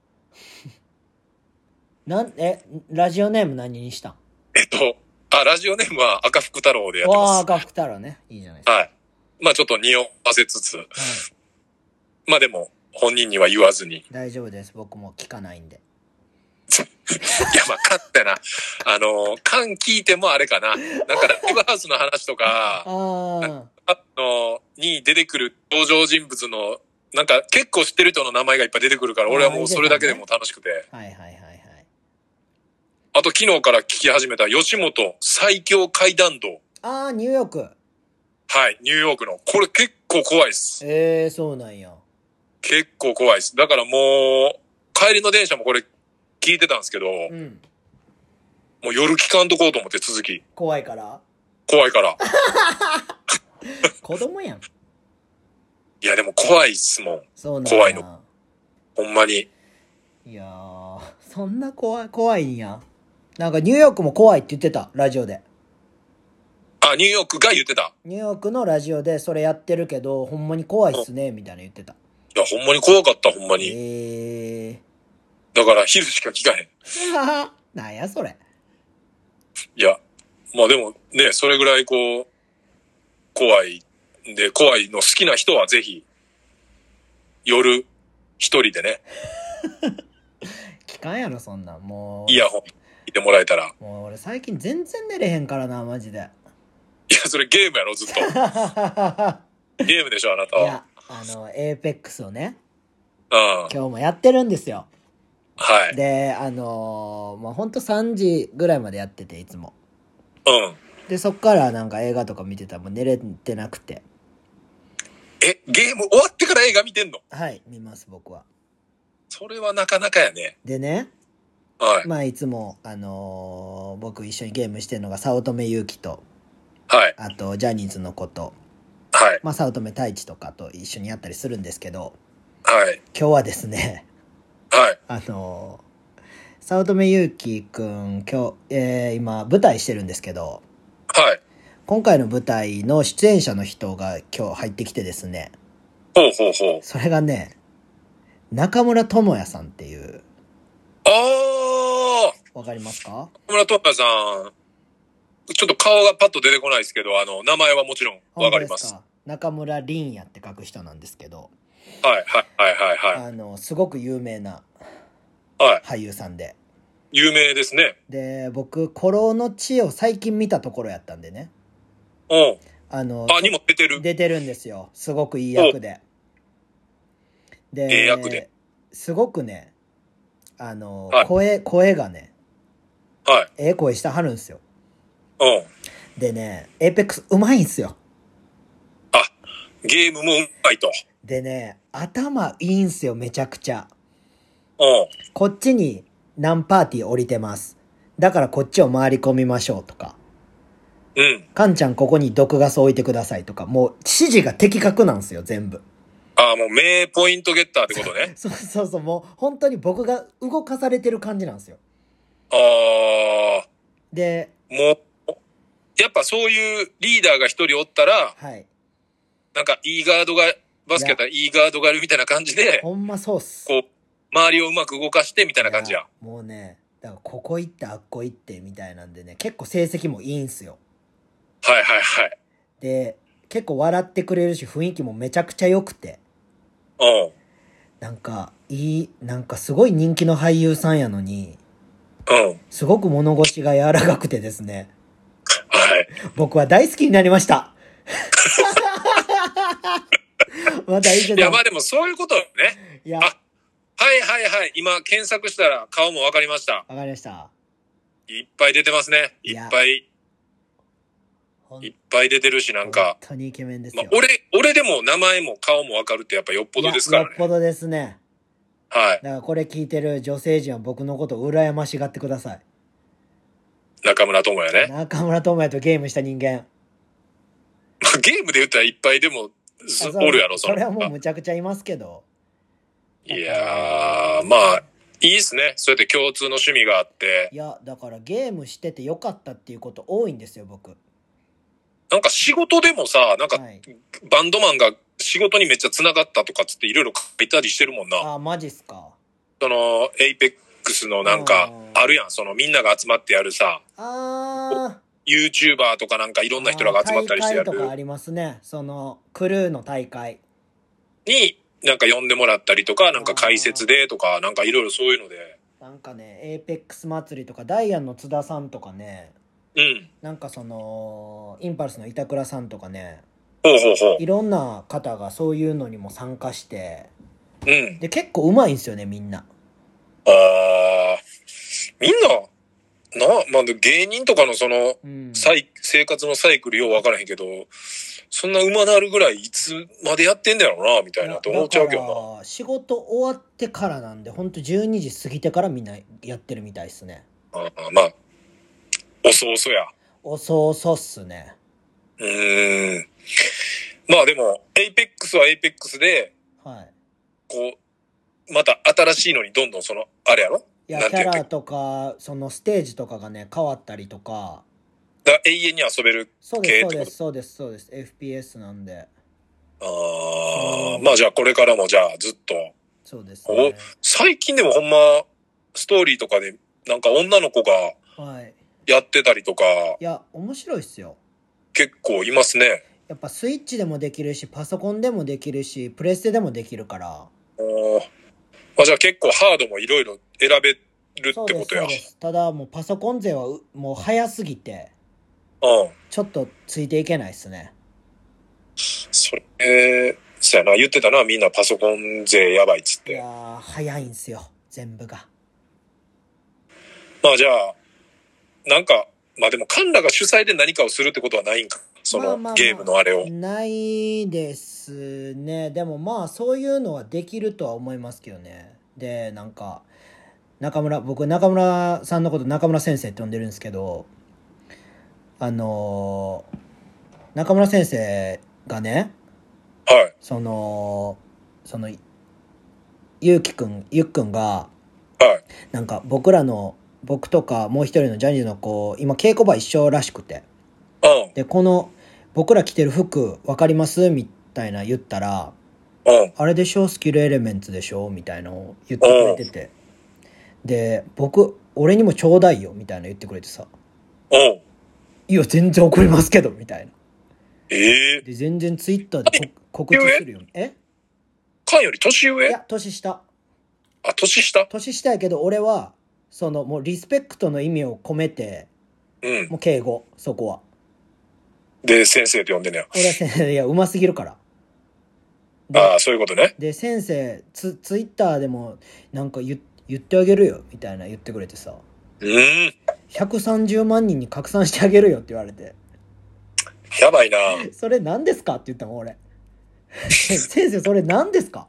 Speaker 1: なん、え、ラジオネーム何にしたん？
Speaker 2: えっと、あ、ラジオネームは赤福太郎でやってます。
Speaker 1: わあ、赤福太郎ね。いいじゃないですか。
Speaker 2: はい。まあちょっと匂わせつつ、はい、まあでも、本人には言わずに。
Speaker 1: 大丈夫です。僕も聞かないんで。
Speaker 2: いや、まあ、かってな。あの、缶聞いてもあれかな。なんか、ライブハウスの話とか、あの、に出てくる登場人物の、なんか結構知ってる人の名前がいっぱい出てくるから、俺はもうそれだけでも楽しくて。
Speaker 1: はいはいはいはい。
Speaker 2: あと、昨日から聞き始めた吉本最強階段道。
Speaker 1: ああ、ニューヨーク。
Speaker 2: はい、ニューヨークの。これ結構怖いです。
Speaker 1: ええー、そうなんや。
Speaker 2: 結構怖いです。だからもう、帰りの電車もこれ聞いてたんですけど、うん、もう夜聞かんとこうと思って続き。
Speaker 1: 怖いから
Speaker 2: 怖いから。
Speaker 1: 子供やん。
Speaker 2: いやでも怖いっすもん。
Speaker 1: そうなんや。
Speaker 2: 怖いの。ほんまに。
Speaker 1: いやー、そんな怖い、怖いんや。なんかニューヨークも怖いって言ってた、ラジオで。
Speaker 2: あ、ニューヨークが言ってた。
Speaker 1: ニューヨークのラジオでそれやってるけど、ほんまに怖いっすね、みたいな言ってた。い
Speaker 2: や、ほんまに怖かった、ほんまに。
Speaker 1: え
Speaker 2: ー。だから昼しか聞かへん。
Speaker 1: なんやそれ。
Speaker 2: いや、まあでもね、それぐらいこう、怖いんで、怖いの好きな人はぜひ、夜、一人でね。
Speaker 1: 聞かんやろ、そんなん。もう。
Speaker 2: イヤホン、聞いてもらえたら。
Speaker 1: もう俺最近全然寝れへんからな、マジで。
Speaker 2: いや、それゲームやろ、ずっと。ゲームでしょ、あなたは。いや、
Speaker 1: あの、エーペックスをね。
Speaker 2: うん。
Speaker 1: 今日もやってるんですよ。
Speaker 2: はい。
Speaker 1: で、あのー、まあ、ほんとさんじぐらいまでやってて、いつも。
Speaker 2: うん。
Speaker 1: で、そっからなんか映画とか見てたらもう寝れてなくて。
Speaker 2: え、ゲーム終わってから映画見てんの？
Speaker 1: はい、見ます、僕は。
Speaker 2: それはなかなかやね。
Speaker 1: でね、
Speaker 2: はい。
Speaker 1: まあいつも、あのー僕一緒にゲームしてるのが早乙女ゆうきと、
Speaker 2: はい。
Speaker 1: あとジャニーズの子と、
Speaker 2: はい。
Speaker 1: まあ早乙女太一とかと一緒にやったりするんですけど、
Speaker 2: はい。
Speaker 1: 今日はですね、
Speaker 2: はい。
Speaker 1: あのー早乙女ゆうきくん、今日、えー今舞台してるんですけど、
Speaker 2: はい。
Speaker 1: 今回の舞台の出演者の人が今日入ってきてですね、
Speaker 2: ほうほうほう。
Speaker 1: それがね、中村智也さんっていう、
Speaker 2: ああ、
Speaker 1: わかりますか？
Speaker 2: 小村智也さん、ちょっと顔がパッと出てこないですけど、あの、名前はもちろんわ
Speaker 1: 本当
Speaker 2: かります。
Speaker 1: ですか？中村凛也って書く人なんですけど、
Speaker 2: はい、はい、はい、はい、はい。
Speaker 1: あの、すごく有名な
Speaker 2: はい。
Speaker 1: 俳優さんで。
Speaker 2: 有名ですね。
Speaker 1: で、僕、古老の地を最近見たところやったんでね。
Speaker 2: うん。
Speaker 1: あの、
Speaker 2: あ、
Speaker 1: ちょ、
Speaker 2: にも出てる。
Speaker 1: 出てるんですよ。すごくいい
Speaker 2: お、
Speaker 1: 役で。
Speaker 2: ええ役で。
Speaker 1: で、すごくね、あの、
Speaker 2: はい、
Speaker 1: 声、声がね、
Speaker 2: はい。
Speaker 1: ええ声してはるんですよ。
Speaker 2: うん。
Speaker 1: でね、エーペックスうまいんすよ。
Speaker 2: あ、ゲームもうまいと。
Speaker 1: でね、頭いいんすよ、めちゃくちゃ。
Speaker 2: うん。
Speaker 1: こっちに何パーティー降りてます。だからこっちを回り込みましょうとか。
Speaker 2: うん。
Speaker 1: カンちゃんここに毒ガス置いてくださいとか。もう指示が的確なんですよ、全部。
Speaker 2: ああ、もう名ポイントゲッターってことね。
Speaker 1: そうそうそう、もう本当に僕が動かされてる感じなんですよ。
Speaker 2: ああ、
Speaker 1: で、
Speaker 2: もう、やっぱそういうリーダーが一人おったら、
Speaker 1: はい。
Speaker 2: なんかいいガードが、バ
Speaker 1: いや、
Speaker 2: スケやったらいいガードがあるみたいな感じで、
Speaker 1: ほんまそうっす。
Speaker 2: こう、周りをうまく動かしてみたい
Speaker 1: いや、
Speaker 2: な感じや。
Speaker 1: もうね、だからここ行ってあっこ行ってみたいなんでね、結構成績もいいんすよ。
Speaker 2: はいはいはい。
Speaker 1: で、結構笑ってくれるし雰囲気もめちゃくちゃ良くて。
Speaker 2: うん。
Speaker 1: なんか、いい、なんかすごい人気の俳優さんやのに、
Speaker 2: うん。
Speaker 1: すごく物腰が柔らかくてですね、
Speaker 2: はい。
Speaker 1: 僕は大好きになりました。また一緒
Speaker 2: いや、
Speaker 1: だ。
Speaker 2: まあでもそういうことね。
Speaker 1: いや、
Speaker 2: あ、はいはいはい。今検索したら顔もわかりました。
Speaker 1: わかりました。
Speaker 2: いっぱい出てますね。いっ
Speaker 1: いや、
Speaker 2: ぱい、
Speaker 1: ほん、
Speaker 2: いっぱい出てるし、なん
Speaker 1: 本
Speaker 2: か。
Speaker 1: 当にイケメンですよ。
Speaker 2: まあ、俺、俺でも名前も顔もわかるってやっぱよっぽど
Speaker 1: いや、
Speaker 2: ですからね。
Speaker 1: よっぽどですね。
Speaker 2: はい。
Speaker 1: だからこれ聞いてる女性陣は僕のことを羨ましがってください。
Speaker 2: 中村智也ね。
Speaker 1: 中村智也とゲームした人間。
Speaker 2: まあ、ゲームで言ったらいっぱいでも、
Speaker 1: あ、そ
Speaker 2: おるやろ、その。
Speaker 1: それはもうむちゃくちゃいますけど。
Speaker 2: いやー、まあ、いいっすね。そうやって共通の趣味があって。
Speaker 1: いや、だからゲームしててよかったっていうこと多いんですよ、僕。
Speaker 2: なんか仕事でもさ、なんか
Speaker 1: はい。
Speaker 2: バンドマンが仕事にめっちゃ繋がったとかっつっていろいろ書いたりしてるもんな。
Speaker 1: あ、マジっすか。
Speaker 2: その、エイペックスのなんか、あるやん。そのみんなが集まってやるさ、
Speaker 1: あー。
Speaker 2: YouTuber とかなんかいろんな人らが集まったりしてやる
Speaker 1: 大会とかありますね。その、クルーの大会。
Speaker 2: に、なんか呼んでもらったりとか、なんか解説でとか、なんかいろいろそういうので。
Speaker 1: なんかね、エーペックス祭りとか、ダイアンの津田さんとかね、
Speaker 2: うん。
Speaker 1: なんかその、インパルスの板倉さんとかね、
Speaker 2: ほうほうほう。
Speaker 1: いろんな方がそういうのにも参加して、
Speaker 2: うん。
Speaker 1: で、結構上手いんですよね、みんな。
Speaker 2: あー、みんな、な、まあ、芸人とかのその、
Speaker 1: うん。
Speaker 2: サイ生活のサイクルよう分からへんけど、そんな馬なるぐらいいつまでやってんだろうな、みたいなって思っちゃうけどな。
Speaker 1: だから仕事終わってからなんで、ほんとじゅうにじ過ぎてからみんなやってるみたいっすね。
Speaker 2: あーまあ、遅々や。
Speaker 1: 遅々っすね。
Speaker 2: うーん。まあでも、エイペックスはエイペックスで、
Speaker 1: はい。
Speaker 2: こう、また新しいのにどんどんその、あれやろ
Speaker 1: いや、
Speaker 2: なんていうっけ
Speaker 1: キャラとか、そのステージとかがね、変わったりとか。
Speaker 2: だ永遠に遊べる
Speaker 1: そうです、
Speaker 2: 系ってこと。
Speaker 1: そうです、そうです、そうです。エフピーエス なんで。
Speaker 2: ああ、まあじゃあこれからもじゃあずっと。
Speaker 1: そうです
Speaker 2: お
Speaker 1: ね。
Speaker 2: 最近でもほんま、ストーリーとかで、なんか女の子が
Speaker 1: はい。
Speaker 2: やってたりとか、
Speaker 1: いや、面白いっすよ。
Speaker 2: 結構いますね。
Speaker 1: やっぱスイッチでもできるし、パソコンでもできるし、プレステでもできるから。
Speaker 2: おーまあじゃあ結構ハードもいろいろ選べるって
Speaker 1: そうです、
Speaker 2: ことや。
Speaker 1: そうです。ただ、もうパソコン勢はうもう早すぎて、
Speaker 2: うん。
Speaker 1: ちょっとついていけないっすね。
Speaker 2: それ、えー、そうやな、言ってたな、みんなパソコン勢やばいっつっ
Speaker 1: いや
Speaker 2: て。
Speaker 1: ー、早いんすよ。全部が。
Speaker 2: まあじゃあ、なんか、まあでも、カンラが主催で何かをするってことはないんか。その
Speaker 1: まあまあまあ、
Speaker 2: ゲームのあれを。
Speaker 1: ないですね。でもまあ、そういうのはできるとは思いますけどね。で、なんか、 中村、僕中村さんのこと中村先生って呼んでるんですけど、あのー中村先生がね、
Speaker 2: はい。
Speaker 1: その、その、ゆうきくん、ゆっくんが、
Speaker 2: はい。
Speaker 1: なんか僕らの、僕とかもう一人のジャニーズの子、今稽古場一緒らしくて。
Speaker 2: うん。
Speaker 1: で、この、僕ら着てる服、わかりますみたいな言ったら、
Speaker 2: うん。
Speaker 1: あれでしょスキルエレメンツでしょみたいなのを言ってくれてて。で、僕、俺にもちょうだいよみたいな言ってくれてさ。
Speaker 2: うん。
Speaker 1: いや、全然送りますけどみたいな。
Speaker 2: ええー。
Speaker 1: で、全然ツイッターでこ告知するよ。え
Speaker 2: カンより年上？
Speaker 1: いや、年下。
Speaker 2: あ、年下？
Speaker 1: 年下やけど、俺は、その、もうリスペクトの意味を込めて、
Speaker 2: うん。
Speaker 1: もう敬語、そこは。
Speaker 2: で、先生って呼んでんねや。
Speaker 1: 俺は先生、いや、うますぎるから。
Speaker 2: ああ、そういうことね。
Speaker 1: で、先生、ツ、ツイッターでも、なんか言、言ってあげるよ、みたいな言ってくれてさ。
Speaker 2: うーん。
Speaker 1: ひゃくさんじゅうまん人に拡散してあげるよって言われて。
Speaker 2: やばいな。
Speaker 1: それ何ですかって言ったもん、俺。先生、それ何ですか？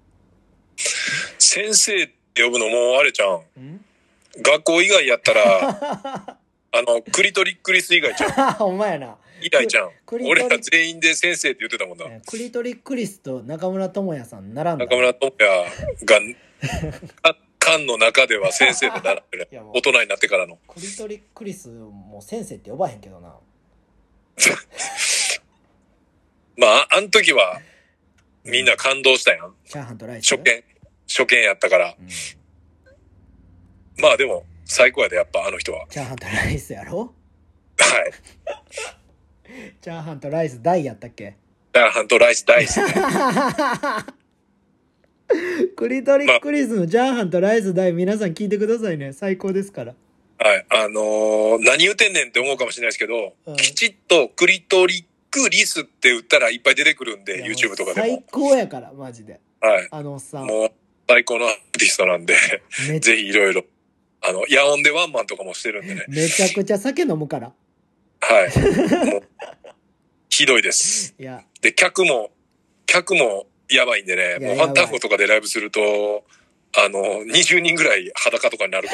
Speaker 2: 先生って呼ぶのもうあれちゃん。
Speaker 1: ん
Speaker 2: 学校以外やったら、あの、クリトリックリス以外ちゃん。
Speaker 1: ほんまやな。
Speaker 2: 以外ちゃん。
Speaker 1: クリトリ
Speaker 2: 俺ら全員で先生って言ってたもんな。
Speaker 1: クリトリクリスと中村智也さん並んだ。
Speaker 2: 中村智也が、館の中では先生と並んでる。大人になってからの。
Speaker 1: クリトリクリスも先生って呼ばへんけどな。
Speaker 2: まあ、あの時は、みんな感動したやん。
Speaker 1: チャーハンとライス。
Speaker 2: 初見、初見やったから。うん、まあでも、最高やで、やっぱあの人は。
Speaker 1: チャーハンとライスやろ？
Speaker 2: はい。
Speaker 1: チャーハンとライス大やったっけ？
Speaker 2: チャーハンとライス大好き、ね。
Speaker 1: クリトリックリスのチャーハンとライス大、皆さん聞いてくださいね。最高ですから。
Speaker 2: はい。あのー、何言ってんねんって思うかもしれないですけど、うん、きちっとクリトリックリスって打ったらいっぱい出てくるんで、YouTube とかでも。
Speaker 1: 最高やから、マジで。
Speaker 2: はい。
Speaker 1: あのさ。
Speaker 2: もう、最高のアーティストなんで、ぜひいろいろ。あの、ヤオンでワンマンとかもしてるんでね。
Speaker 1: めちゃくちゃ酒飲むから。
Speaker 2: はい。もう、ひどいです。いや。で、客も、客もやばいんでね、もうファンタフォとかでライブすると、あの、にじゅうにんぐらい裸とかになるから。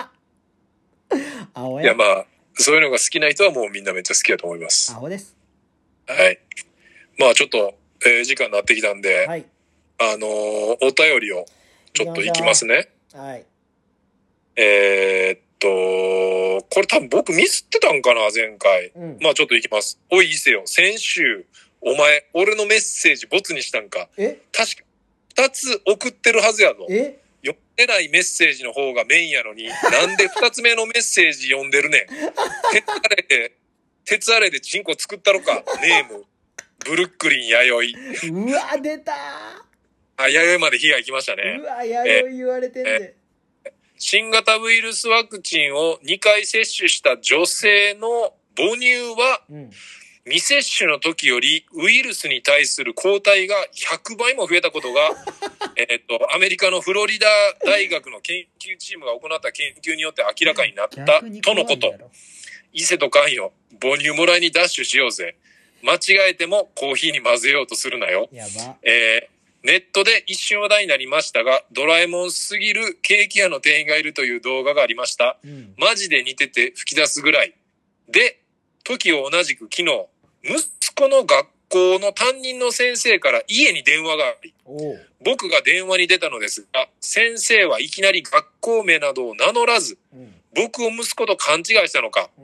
Speaker 1: 青
Speaker 2: いや、まあ、そういうのが好きな人はもうみんなめっちゃ好きだと思います。
Speaker 1: 青です。
Speaker 2: はい。まあちょっと、えー、時間になってきたんで、はい、あのー、お便りをちょっといきますね。
Speaker 1: はい。
Speaker 2: えー、っと、これ多分僕ミスってたんかな、前回。うん、まあちょっといきます。おい、伊勢よ。先週、お前、俺のメッセージボツにしたんか。
Speaker 1: え
Speaker 2: 確か、二つ送ってるはずやぞ。
Speaker 1: え
Speaker 2: 読んでないメッセージの方がメインやのに、なんで二つ目のメッセージ読んでるねん。鉄アレで、鉄アレでチンコ作ったろか。ネーム、ブルックリン弥生。
Speaker 1: うわ、出たー。
Speaker 2: あ、弥生まで被害来ましたね。
Speaker 1: うわ、弥生言われてんで。
Speaker 2: 新型ウイルスワクチンをにかい接種した女性の母乳は、うん、未接種の時よりウイルスに対する抗体がひゃくばいも増えたことが、えっと、アメリカのフロリダ大学の研究チームが行った研究によって明らかになったとのこと。伊勢とカンよ、母乳もらいにダッシュしようぜ。間違えてもコーヒーに混ぜようとするなよ。
Speaker 1: やば。
Speaker 2: えーネットで一瞬話題になりましたが、ドラえもんすぎるケーキ屋の店員がいるという動画がありました。うん、マジで似てて吹き出すぐらい。で、時を同じく昨日、息子の学校の担任の先生から家に電話があり、僕が電話に出たのですが、先生はいきなり学校名などを名乗らず、うん、僕を息子と勘違いしたのか、うん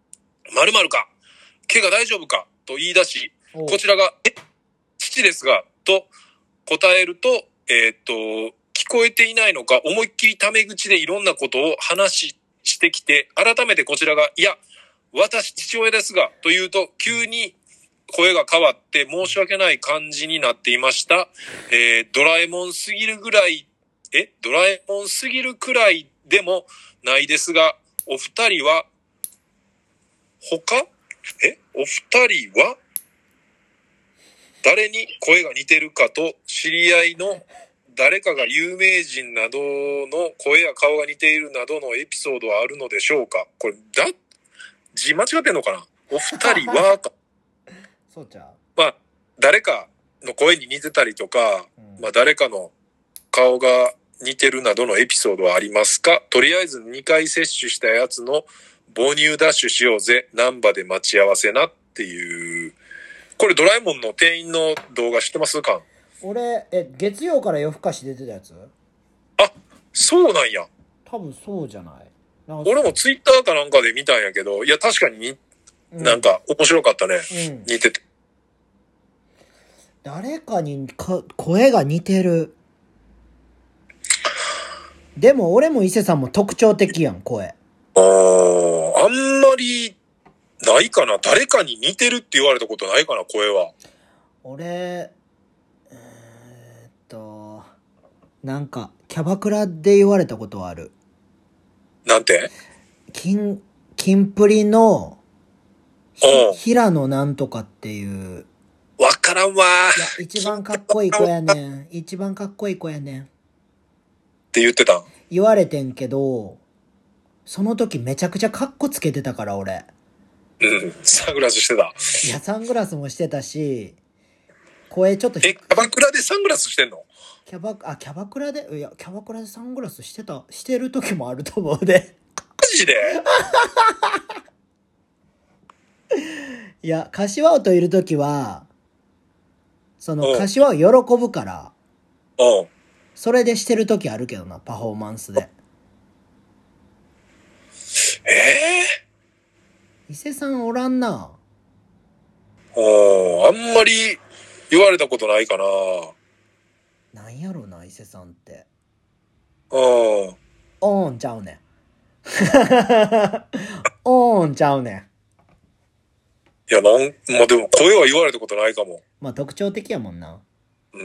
Speaker 2: 、〇〇か、怪我大丈夫かと言い出し、こちらが、え、父ですが、と、答えると、えっと、聞こえていないのか、思いっきりタメ口でいろんなことを話し、してきて、改めてこちらが、いや、私父親ですが、と言うと、急に声が変わって申し訳ない感じになっていました。えー、ドラえもんすぎるぐらい、え、ドラえもんすぎるくらいでもないですが、お二人は、他え、お二人は誰に声が似てるかと知り合いの誰かが有名人などの声や顔が似ているなどのエピソードはあるのでしょうか。これだ字間違ってんのかな。お二人はか
Speaker 1: そうちゃう。
Speaker 2: まあ誰かの声に似てたりとか、うん、まあ誰かの顔が似てるなどのエピソードはありますか？とりあえずにかい接種したやつの母乳ダッシュしようぜ。難波で待ち合わせなっていう。これドラえもんの店員の動画知ってますか？
Speaker 1: 俺、え、月曜から夜更かし出てたやつ？
Speaker 2: あ、そうなんや。
Speaker 1: 多分そうじゃない？なんか
Speaker 2: 俺もツイッターかなんかで見たんやけど、いや確かにに、
Speaker 1: うん
Speaker 2: なんか面白かったね。
Speaker 1: うん、
Speaker 2: 似てて。
Speaker 1: 誰かにか声が似てる。でも俺も伊勢さんも特徴的やん、声。
Speaker 2: あー、あんまりないかな。誰かに似てるって言われたことないかな、声は。
Speaker 1: 俺、えー、っと、なんか、キャバクラで言われたことはある。
Speaker 2: なんて？
Speaker 1: 金、金プリの、ひ
Speaker 2: うん
Speaker 1: 平野なんとかっていう。
Speaker 2: わからんわ
Speaker 1: いや、一番かっこいい子やねん。一番かっこいい子やねん。
Speaker 2: って言ってたん？
Speaker 1: 言われてんけど、その時めちゃくちゃカッコつけてたから俺。
Speaker 2: うん、サングラスしてた。
Speaker 1: いや、サングラスもしてたし、声ちょっと
Speaker 2: え、キャバクラでサングラスしてんの？
Speaker 1: キャバ、あ、キャバクラで、いや、キャバクラでサングラスしてた、してる時もあると思うで。
Speaker 2: マジで？
Speaker 1: いや、柏尾といる時は、その、
Speaker 2: うん
Speaker 1: 柏尾喜ぶから、
Speaker 2: うん。
Speaker 1: それでしてる時あるけどな、パフォーマンスで。
Speaker 2: ええ
Speaker 1: 伊勢さんおらんな。
Speaker 2: ー、うん、あんまり言われたことないかな。
Speaker 1: なんやろな、伊勢さんって。
Speaker 2: うん。
Speaker 1: おーんちゃうねん。おーんちゃうねん。
Speaker 2: いや、なん、まあ、でも声は言われたことないかも。
Speaker 1: まあ特徴的やもんな。
Speaker 2: うん。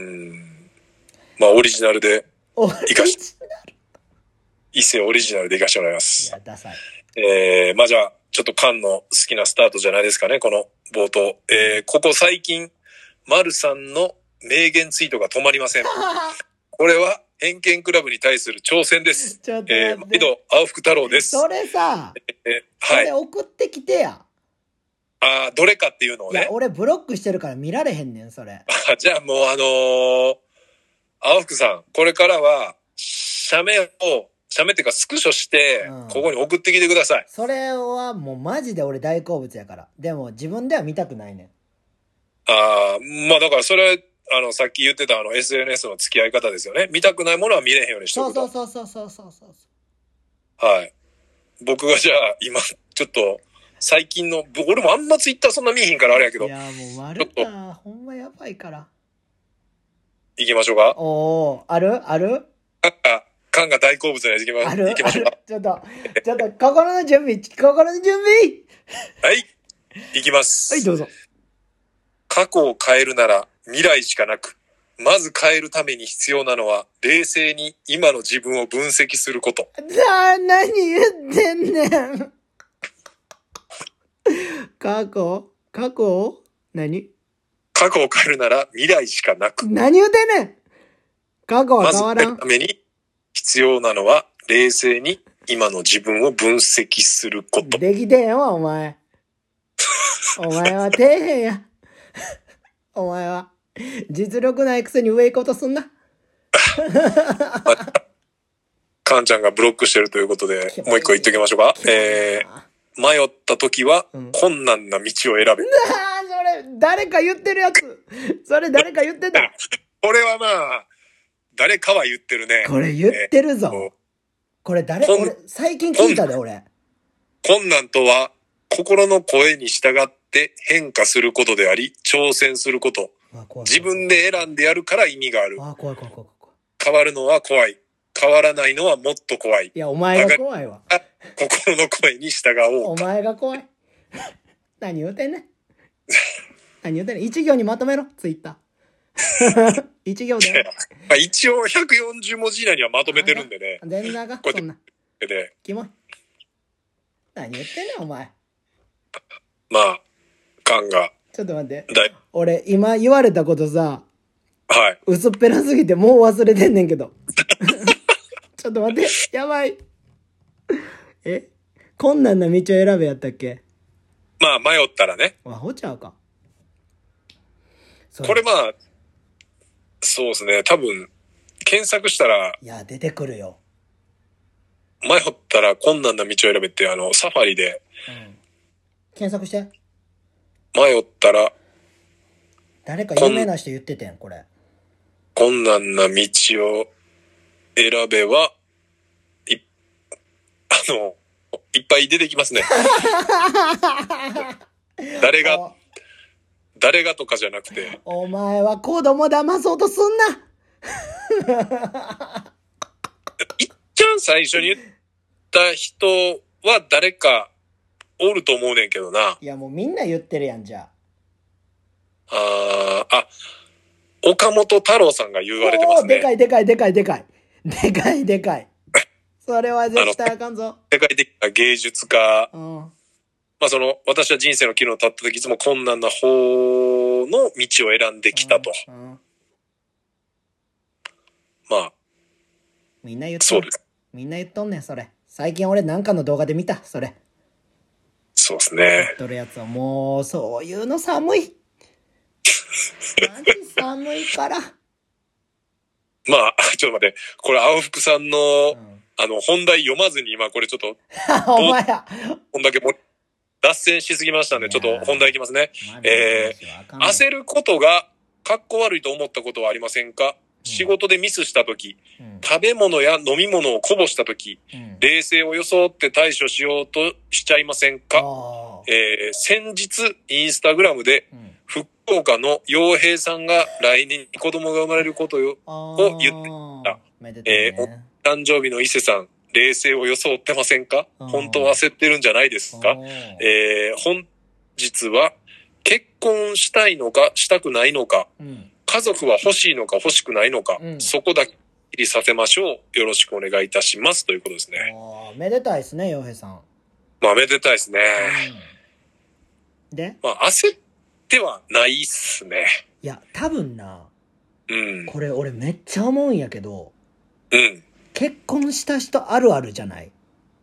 Speaker 2: まあ、オリジナルで、
Speaker 1: お
Speaker 2: 生かし一世オリジナルで生かしてもらいま
Speaker 1: い
Speaker 2: す。
Speaker 1: や、ダサい。
Speaker 2: えー、まあじゃあ、ちょっとカンの好きなスタートじゃないですかね、この冒頭。えー、ここ最近、マルさんの名言ツイートが止まりません。これは、偏見クラブに対する挑戦です。
Speaker 1: ちょっと
Speaker 2: えー、
Speaker 1: 待って。
Speaker 2: 毎度、青福太郎です。
Speaker 1: それさ、
Speaker 2: えー、
Speaker 1: それ
Speaker 2: はい。
Speaker 1: 送ってきてや。
Speaker 2: あー、どれかっていうのを
Speaker 1: いや、
Speaker 2: ね。
Speaker 1: 俺ブロックしてるから見られへんねん、それ。
Speaker 2: あじゃあもうあのー、青福さん、これからは、写メを、写メっていうかスクショして
Speaker 1: うん、
Speaker 2: ここに送ってきてください。
Speaker 1: それはもうマジで俺大好物やから。でも自分では見たくないねん。
Speaker 2: あー、まあだからそれ、あの、さっき言ってたあの エスエヌエス の付き合い方ですよね。見たくないものは見れへんようにしてお
Speaker 1: そう
Speaker 2: くと。
Speaker 1: そうそうそうそうそうそう。
Speaker 2: はい。僕がじゃあ今、ちょっと、最近の、ぼ俺もあんまツイッターそんな見えへんからあれやけど、
Speaker 1: いや、もう丸か。ほんまやばいから。
Speaker 2: 行きましょうか。
Speaker 1: おー、あるある
Speaker 2: カンが、カンが大好物のやつ行きま
Speaker 1: ある
Speaker 2: 行きましょうか。
Speaker 1: ちょっと、ちょっと、心の準備、心の準備
Speaker 2: はい。行きます。
Speaker 1: はい、どうぞ。
Speaker 2: 過去を変えるなら未来しかなく、まず変えるために必要なのは、冷静に今の自分を分析すること。
Speaker 1: じゃあ、何言ってんねん。過去過去を何
Speaker 2: 過去を変えるなら未来しかなく、
Speaker 1: 何言うてんねん。過去は
Speaker 2: まず変え
Speaker 1: 変わらん。
Speaker 2: るために必要なのは、冷静に今の自分を分析すること。
Speaker 1: できてへんわ、お前。お前は底辺や。お前は。実力ないくせに上行こうとすんな。
Speaker 2: カンちゃんがブロックしてるということで、もう一個言っときましょうか。えー、迷った時は困難な道を選べ。
Speaker 1: ああ、それ、誰か言ってるやつ。それ誰か言ってた。
Speaker 2: これはまあ、誰かは言ってるね。
Speaker 1: これ言ってるぞ。
Speaker 2: えー
Speaker 1: これ誰、
Speaker 2: こん
Speaker 1: 俺、最近聞いたで、俺。
Speaker 2: 困難とは、心の声に従って変化することであり、挑戦すること。
Speaker 1: あ怖い
Speaker 2: 自分で選んでやるから意味がある。
Speaker 1: あ、怖い怖い怖い怖い。
Speaker 2: 変わるのは怖い。変わらないのはもっと怖い。
Speaker 1: いや、お前が怖いわ。
Speaker 2: あ、心の声に従お
Speaker 1: お
Speaker 2: う。
Speaker 1: 前が怖い。何言うてんねん。何言うてんねん。一行にまとめろ、ツイッター。一行で。
Speaker 2: まあ一応ひゃくよんじゅう文字以内にはまとめてるんでね。
Speaker 1: 全然が、
Speaker 2: こうやって
Speaker 1: そんな。
Speaker 2: で、
Speaker 1: キモい。何言ってんねん、お前。
Speaker 2: まあ、感が、
Speaker 1: ちょっと待って。
Speaker 2: だい、
Speaker 1: 俺、今言われたことさ、
Speaker 2: はい。
Speaker 1: 薄っぺらすぎてもう忘れてんねんけど。ちょっと待って。やばい。え困難な道を選べやったっけ？
Speaker 2: まあ迷ったらね。
Speaker 1: アホちゃうか。
Speaker 2: これまあ、そうですね。多分、 検索したら、
Speaker 1: いや、出てくるよ。
Speaker 2: 迷ったら困難な道を選べって、あの、サファリで。
Speaker 1: うん。検索して。
Speaker 2: 迷ったら。
Speaker 1: 誰か有名な人言っててん、これ。
Speaker 2: 困難な道を選べは、い、あの、いっぱい出てきますね。誰が、誰がとかじゃなくて。
Speaker 1: お前は子供騙そうとすんな。
Speaker 2: いっちゃん最初に言った人は誰かおると思うねんけどな。
Speaker 1: いやもうみんな言ってるやん、じゃ
Speaker 2: あ。あー、あ、岡本太郎さんが言われてますね。
Speaker 1: でかいでかいでかいでかい。でかいでかい。それは絶対あかんぞ。
Speaker 2: 世界的な芸術家。
Speaker 1: うん。
Speaker 2: まあその、私は人生の岐路を立った時いつも困難な方の道を選んできたと。うんうん、まあ。
Speaker 1: みんな言っとん。そうです。みんな言っとんねん、それ。最近俺なんかの動画で見た、それ。
Speaker 2: そうですね。
Speaker 1: 言っとるやつはもう、そういうの寒い。マジ寒いから。
Speaker 2: まあ、ちょっと待って。これ、青福さんの、うん、あの、本題読まずに今これちょっと。
Speaker 1: お前や。
Speaker 2: こんだけも、脱線しすぎましたんで、ちょっと本題いきますね。えー、焦ることが、かっこ悪いと思ったことはありませんか？うん、仕事でミスしたとき、うん、食べ物や飲み物をこぼしたとき、うん、冷静を装って対処しようとしちゃいませんか？えー、先日、インスタグラムで、うん、福岡の洋平さんが来年に子供が生まれることを言ってた。えー、誕生日の伊勢さん、冷静を装ってませんか？本当は焦ってるんじゃないですか？えー、本日は結婚したいのかしたくないのか、うん、家族は欲しいのか欲しくないのか、うん、そこだけりさせましょう。よろしくお願いいたしますということですね。
Speaker 1: あ、めでたいですね、洋平さん。
Speaker 2: まあめでたいですね。
Speaker 1: うん、で、
Speaker 2: まあ焦ってはないっすね。
Speaker 1: いや多分な、
Speaker 2: うん、
Speaker 1: これ俺めっちゃ思うんやけど、
Speaker 2: うん、
Speaker 1: 結婚した人あるあるじゃない？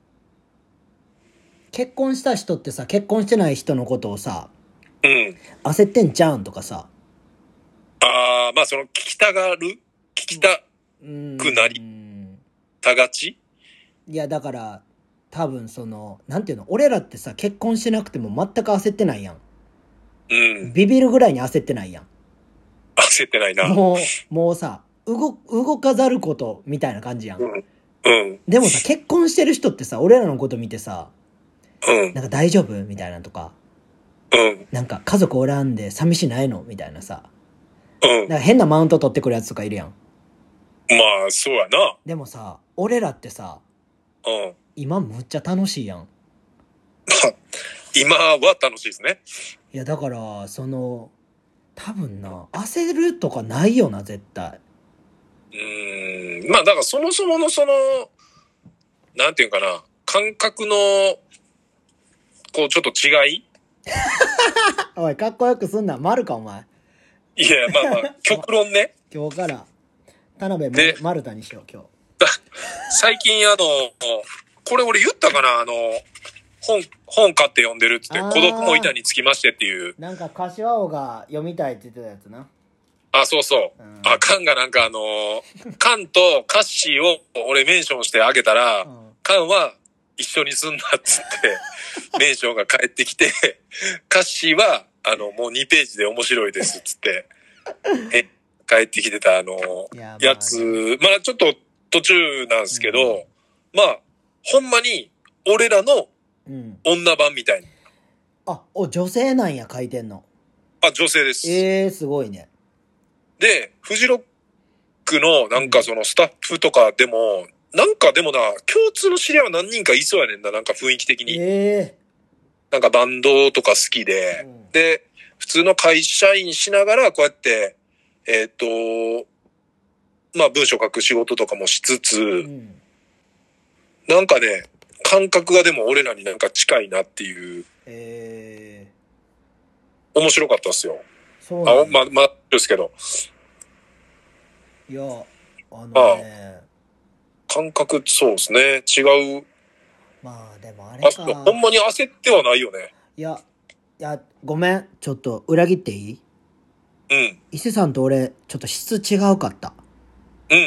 Speaker 1: 結婚した人ってさ、結婚してない人のことをさ、
Speaker 2: うん、
Speaker 1: 焦ってんじゃんとかさ。
Speaker 2: ああ、まあその聞きたがる、聞きたくなりたがち。
Speaker 1: いやだから多分そのなんていうの、俺らってさ結婚してなくても全く焦ってないやん。
Speaker 2: うん。
Speaker 1: ビビるぐらいに焦ってないやん。
Speaker 2: 焦ってないな。
Speaker 1: もうもうさ動動かざることみたいな感じやん。うん。
Speaker 2: うん、
Speaker 1: でもさ結婚してる人ってさ、俺らのこと見てさ、
Speaker 2: うん、
Speaker 1: なんか大丈夫みたいなとか、
Speaker 2: うん、
Speaker 1: なんか家族おらんで寂しないのみたいなさ、
Speaker 2: うん、
Speaker 1: なんか変なマウント取ってくるやつとかいるやん。
Speaker 2: まあそうやな。
Speaker 1: でもさ俺らってさ、
Speaker 2: うん、
Speaker 1: 今むっちゃ楽しいやん。
Speaker 2: 今は楽しいですね。
Speaker 1: いやだからその多分な焦るとかないよな絶対。
Speaker 2: うーん、まあだからそもそものそのなんていうかな、感覚のこうちょっと違い。
Speaker 1: おいかっこよくすんな、丸かお前。
Speaker 2: いやまあまあ極論ね。
Speaker 1: 今日から田辺丸太にしよう今日。
Speaker 2: 最近あのこれ俺言ったかな、あの本本買って読んでるっつって、孤独も板につきましてっていう。
Speaker 1: なんか柏王が読みたいって言ってたやつな。
Speaker 2: あ、そうそう。うん、あ、カンがなんかあのカンとカッシーを俺メンションしてあげたら、うん、カンは一緒にすんなっつってメンションが帰ってきて、カッシーはあのもうにページで面白いですっつってえ帰ってきてたあのや, やつ、まあちょっと途中なんですけど、うん、まあほんまに俺らの女版みたいな。
Speaker 1: うん、あ、お女性なんや書いてんの。
Speaker 2: あ、女性です。
Speaker 1: えー、すごいね。
Speaker 2: で、フジロックのなんかそのスタッフとかでも、うん、なんかでもな、共通の知り合いは何人かいそうやねんな、なんか雰囲気的に。
Speaker 1: え
Speaker 2: ー、なんかバンドとか好きで、うん、で、普通の会社員しながらこうやって、えっと、まあ文章書く仕事とかもしつつ、うん、なんかね、感覚がでも俺らになんか近いなっていう。
Speaker 1: え
Speaker 2: ー、面白かったっすよ。
Speaker 1: そうなんだ。
Speaker 2: あ、ま、まあ、ですけど。
Speaker 1: いや、あのね。
Speaker 2: ああ、感覚、そうですね。違う。
Speaker 1: まあ、でもあれか。
Speaker 2: ほんまに焦ってはないよね。
Speaker 1: いや、いや、ごめん。ちょっと裏切っていい？
Speaker 2: うん。
Speaker 1: 伊勢さんと俺、ちょっと質違うかった。
Speaker 2: うん。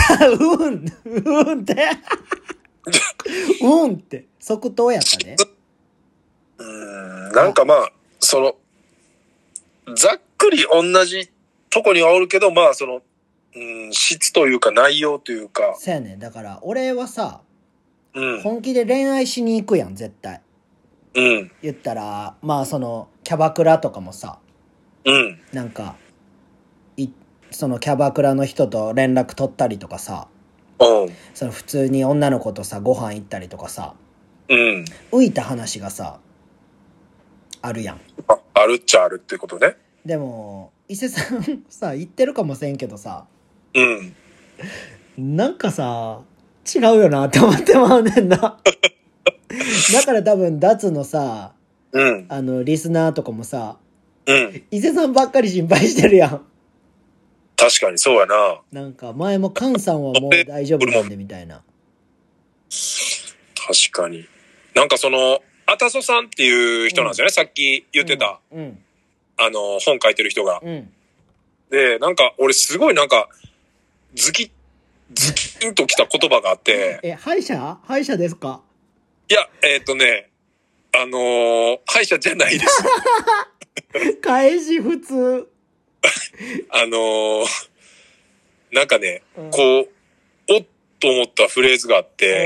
Speaker 1: うん、うんって。うんって、即答やったね。
Speaker 2: うーん、なんかまあ、その、ざっくり同じとこにはおるけど、まあその、うん、質というか内容というか。
Speaker 1: そうやねん。だから、俺はさ、
Speaker 2: うん、
Speaker 1: 本気で恋愛しに行くやん、絶対。
Speaker 2: うん。
Speaker 1: 言ったら、まあその、キャバクラとかもさ、
Speaker 2: うん。
Speaker 1: なんか、い、そのキャバクラの人と連絡取ったりとかさ、
Speaker 2: うん。
Speaker 1: その普通に女の子とさ、ご飯行ったりとかさ、
Speaker 2: うん。
Speaker 1: 浮いた話がさ、あるやん。
Speaker 2: あ、あるっちゃあるってことね。
Speaker 1: でも、伊勢さんさ、言ってるかもせんけどさ、
Speaker 2: うん。
Speaker 1: なんかさ、違うよなって思ってまうねんな。だから多分、ダツのさ、
Speaker 2: うん。
Speaker 1: あの、リスナーとかもさ、
Speaker 2: うん。
Speaker 1: 伊勢さんばっかり心配してるやん。
Speaker 2: 確かにそうやな。
Speaker 1: なんか、前もカンさんはもう大丈夫なんでみたいな。
Speaker 2: 確かに。なんかその、あたそさんっていう人なんですよね、うん、さっき言ってた。
Speaker 1: うん。うん、
Speaker 2: あの、本書いてる人が。
Speaker 1: うん。
Speaker 2: で、なんか、俺すごいなんか、ズキッ、ズキンときた言葉があって。
Speaker 1: え、歯医者歯医者ですか？
Speaker 2: いや、えー、っとね、あのー、歯医者じゃないです。
Speaker 1: 返し普通。
Speaker 2: あのー、なんかね、うん、こう、おっと思ったフレーズがあって、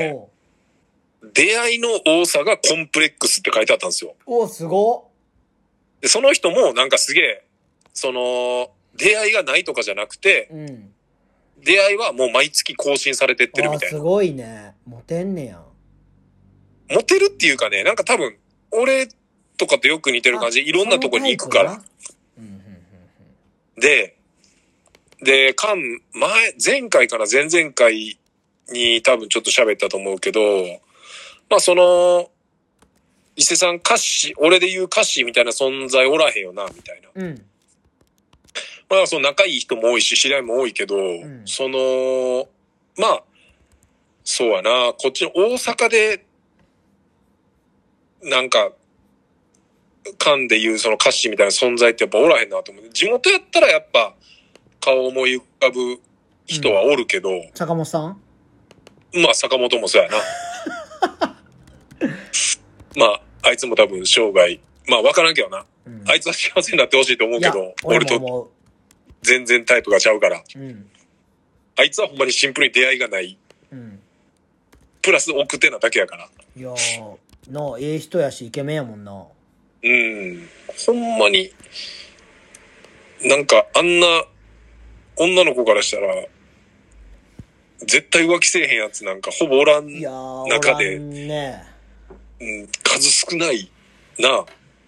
Speaker 2: 出会いの多さがコンプレックスって書いてあったんですよ。
Speaker 1: お、すごっ。
Speaker 2: で、その人もなんかすげえ、その、出会いがないとかじゃなくて、うん、出会いはもう毎月更新されてってるみたいな。
Speaker 1: あ、すごいね。モテんねやん。
Speaker 2: モテるっていうかね、なんか多分、俺とかとよく似てる感じでいろんなとこに行くから。で、で、かん、前、前回から前々回に多分ちょっと喋ったと思うけど、まあその、伊勢さん歌詞、俺で言う歌詞みたいな存在おらへんよな、みたいな。うん。まあその仲いい人も多いし、知り合いも多いけど、うん、その、まあ、そうやな、こっちの大阪で、なんか、間で言うその歌詞みたいな存在ってやっぱおらへんなと思う。地元やったらやっぱ、顔思い浮かぶ人はおるけど。うん、
Speaker 1: 坂本さん？
Speaker 2: まあ坂本もそうやな。まあ、あいつも多分生涯、まあ分からんけどな。うん、あいつは幸せになってほしいと思うけど、俺と全然タイプがちゃうから。うん、あいつはほんまにシンプルに出会いがない。うん、プラス奥手なだけやから。
Speaker 1: いやー、なあ、ええ人やしイケメンやもんな。
Speaker 2: うん。ほんまに、なんかあんな女の子からしたら、絶対浮気せえへんやつなんかほぼおらん中で、ね、うん、数少ないな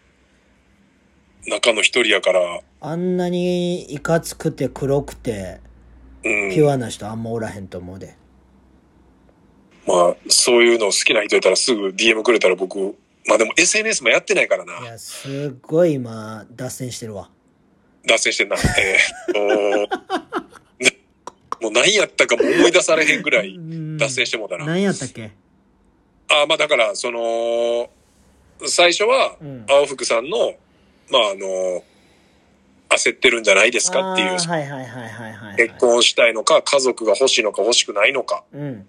Speaker 2: 中の一人やから。
Speaker 1: あんなにいかつくて黒くて、うん、ピュアな人あんまおらへんと思うで。
Speaker 2: まあそういうの好きな人いたらすぐ ディーエム くれたら僕、まあでも エスエヌエス もやってないからな。
Speaker 1: いや、すっごい今脱線してるわ。
Speaker 2: 脱線してんな。えー、もう何やったかも思い出されへんぐらい脱線してもうたな。
Speaker 1: 何やったっけ？
Speaker 2: あ、まあだからその最初は青福さんの、うん、まああの焦ってるんじゃないですかっていう、
Speaker 1: はいはいはいはいはいはい、
Speaker 2: 結婚したいのか家族が欲しいのか欲しくないのか。うん。うん。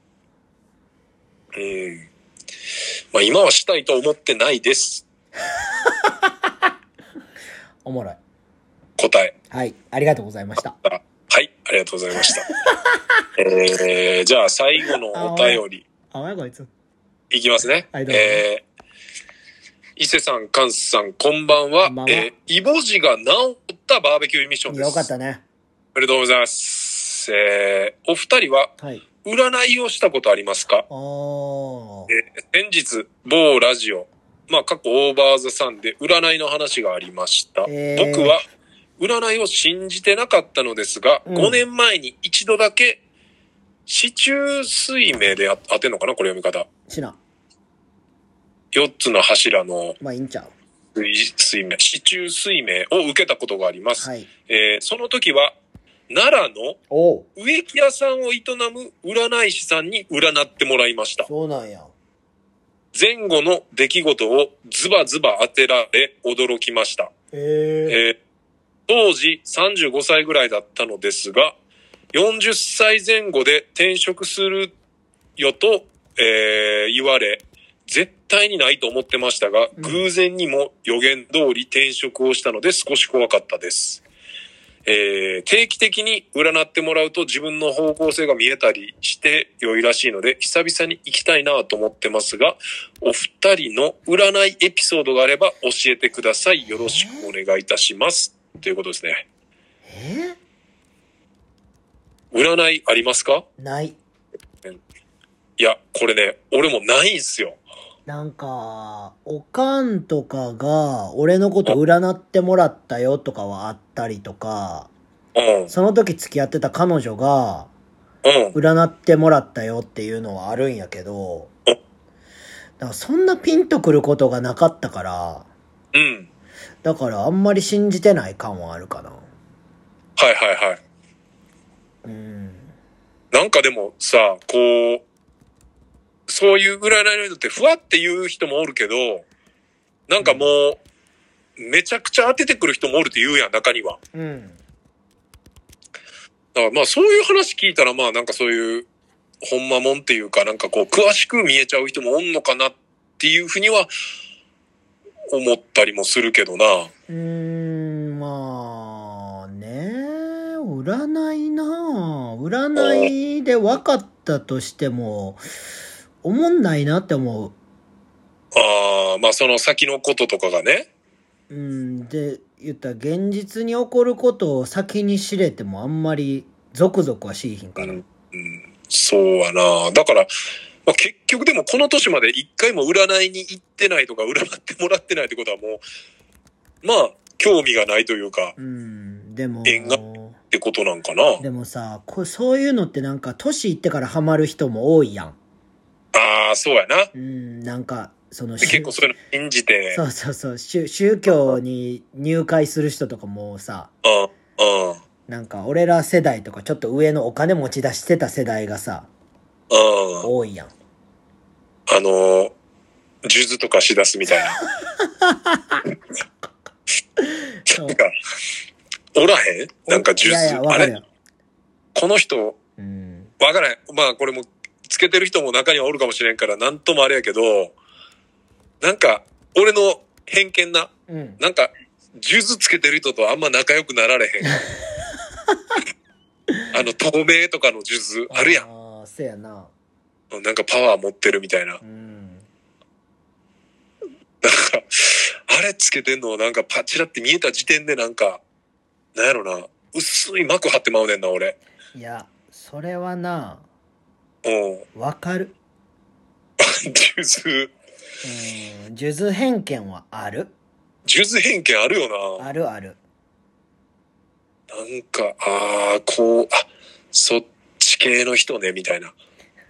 Speaker 2: まあ今はしたいと思ってないです。
Speaker 1: おもろい。
Speaker 2: 答え。
Speaker 1: はい、ありがとうございました。
Speaker 2: はい、ありがとうございました。えー、じゃあ最後のお便り。
Speaker 1: あわやこいつ。
Speaker 2: いきますね。はい、どうぞ。えー、伊勢さん、関さん、こんばんは。こんばんは。えー、イボ痔が治ったバーベキューミッションです。
Speaker 1: よかったね。
Speaker 2: おめでとうございます。えー、お二人は、はい、占いをしたことありますか？おー。えー、先日、某ラジオ、まあ、過去オーバーザさんで占いの話がありました。えー、僕は、占いを信じてなかったのですが、うん、ごねんまえに一度だけ、四柱推命で当てんのかなこれ読み方。
Speaker 1: 知らん。
Speaker 2: 四つの柱の、
Speaker 1: まあいいんちゃ
Speaker 2: う。推命、四柱推命を受けたことがあります。はい、えー、その時は、奈良の植木屋さんを営む占い師さんに占ってもらいました。
Speaker 1: そうなんや。
Speaker 2: 前後の出来事をズバズバ当てられ驚きました。へー。えー当時さんじゅうごさいぐらいだったのですが、 よんじゅっさいぜん後で転職するよと、えー、言われ、絶対にないと思ってましたが、
Speaker 1: うん、
Speaker 2: 偶然にも予言通り転職をしたので少し怖かったです。えー、定期的に占ってもらうと自分の方向性が見えたりして良いらしいので、久々に行きたいなと思ってますが、お二人の占いエピソードがあれば教えてください。よろしくお願いいたします。ということですね。
Speaker 1: え
Speaker 2: 占いありますか？
Speaker 1: ない。
Speaker 2: いや、これね、俺もないんすよ。
Speaker 1: なんか、おかんとかが、俺のこと占ってもらったよとかはあったりとか、
Speaker 2: うん。
Speaker 1: その時付き合ってた彼女が、
Speaker 2: うん。
Speaker 1: 占ってもらったよっていうのはあるんやけど、だからそんなピンとくることがなかったから、
Speaker 2: うん。
Speaker 1: だからあんまり信じてない感はあるかな。
Speaker 2: はいはいはい。
Speaker 1: うん。
Speaker 2: なんかでもさ、こう、そういう占いの人ってふわって言う人もおるけど、なんかもう、めちゃくちゃ当ててくる人もおるって言うやん、中には。
Speaker 1: うん。
Speaker 2: だからまあそういう話聞いたらまあなんかそういう、ほんまもんっていうかなんかこう、詳しく見えちゃう人もおんのかなっていうふうには、思ったりもするけどな。
Speaker 1: うーん、まあ、ね占いな占いで分かったとしても、おもんないなって思う。
Speaker 2: ああ、まあその先のこととかがね。
Speaker 1: うん、で、言ったら現実に起こることを先に知れてもあんまりゾクゾクはしいひんから。
Speaker 2: うん、うん、そうやな。だから、まあ、結局でもこの年まで一回も占いに行ってないとか占ってもらってないってことはもう、まあ、興味がないというか、
Speaker 1: うん、でも、
Speaker 2: 縁がってことなんかな。
Speaker 1: でもさ、こそういうのってなんか年いってからハマる人も多いやん。
Speaker 2: ああ、そうやな。
Speaker 1: うん、なんか、その、
Speaker 2: 結構そういうの信じて。
Speaker 1: そうそうそう、宗宗教に入会する人とかもさ、
Speaker 2: うん、うん。
Speaker 1: なんか俺ら世代とかちょっと上のお金持ち出してた世代がさ、
Speaker 2: うん。
Speaker 1: 多いやん。
Speaker 2: あの、数珠とかしだすみたいな。なんか、おらへんなんか数珠。
Speaker 1: いやいや、わかるよ。
Speaker 2: この人、
Speaker 1: うん。
Speaker 2: わからへん。まあこれも、つけてる人も中にはおるかもしれんから、なんともあれやけど、なんか、俺の偏見な。
Speaker 1: うん。
Speaker 2: なんか、数珠つけてる人とあんま仲良くなられへん。あの、透明とかの数珠、あるやん。
Speaker 1: ああ、せやな。
Speaker 2: なんかパワー持ってるみたいな。
Speaker 1: うん。
Speaker 2: なんか、あれつけてんのをなんかパチラって見えた時点でなんか、なんやろな、薄い膜張ってまうねんな、俺。
Speaker 1: いや、それはな、
Speaker 2: うん。
Speaker 1: わかる。
Speaker 2: 数珠。
Speaker 1: うん、数珠偏見はある。
Speaker 2: 数珠偏見あるよな。
Speaker 1: あるある。
Speaker 2: なんか、ああ、こう、あ、そっち系の人ね、みたいな。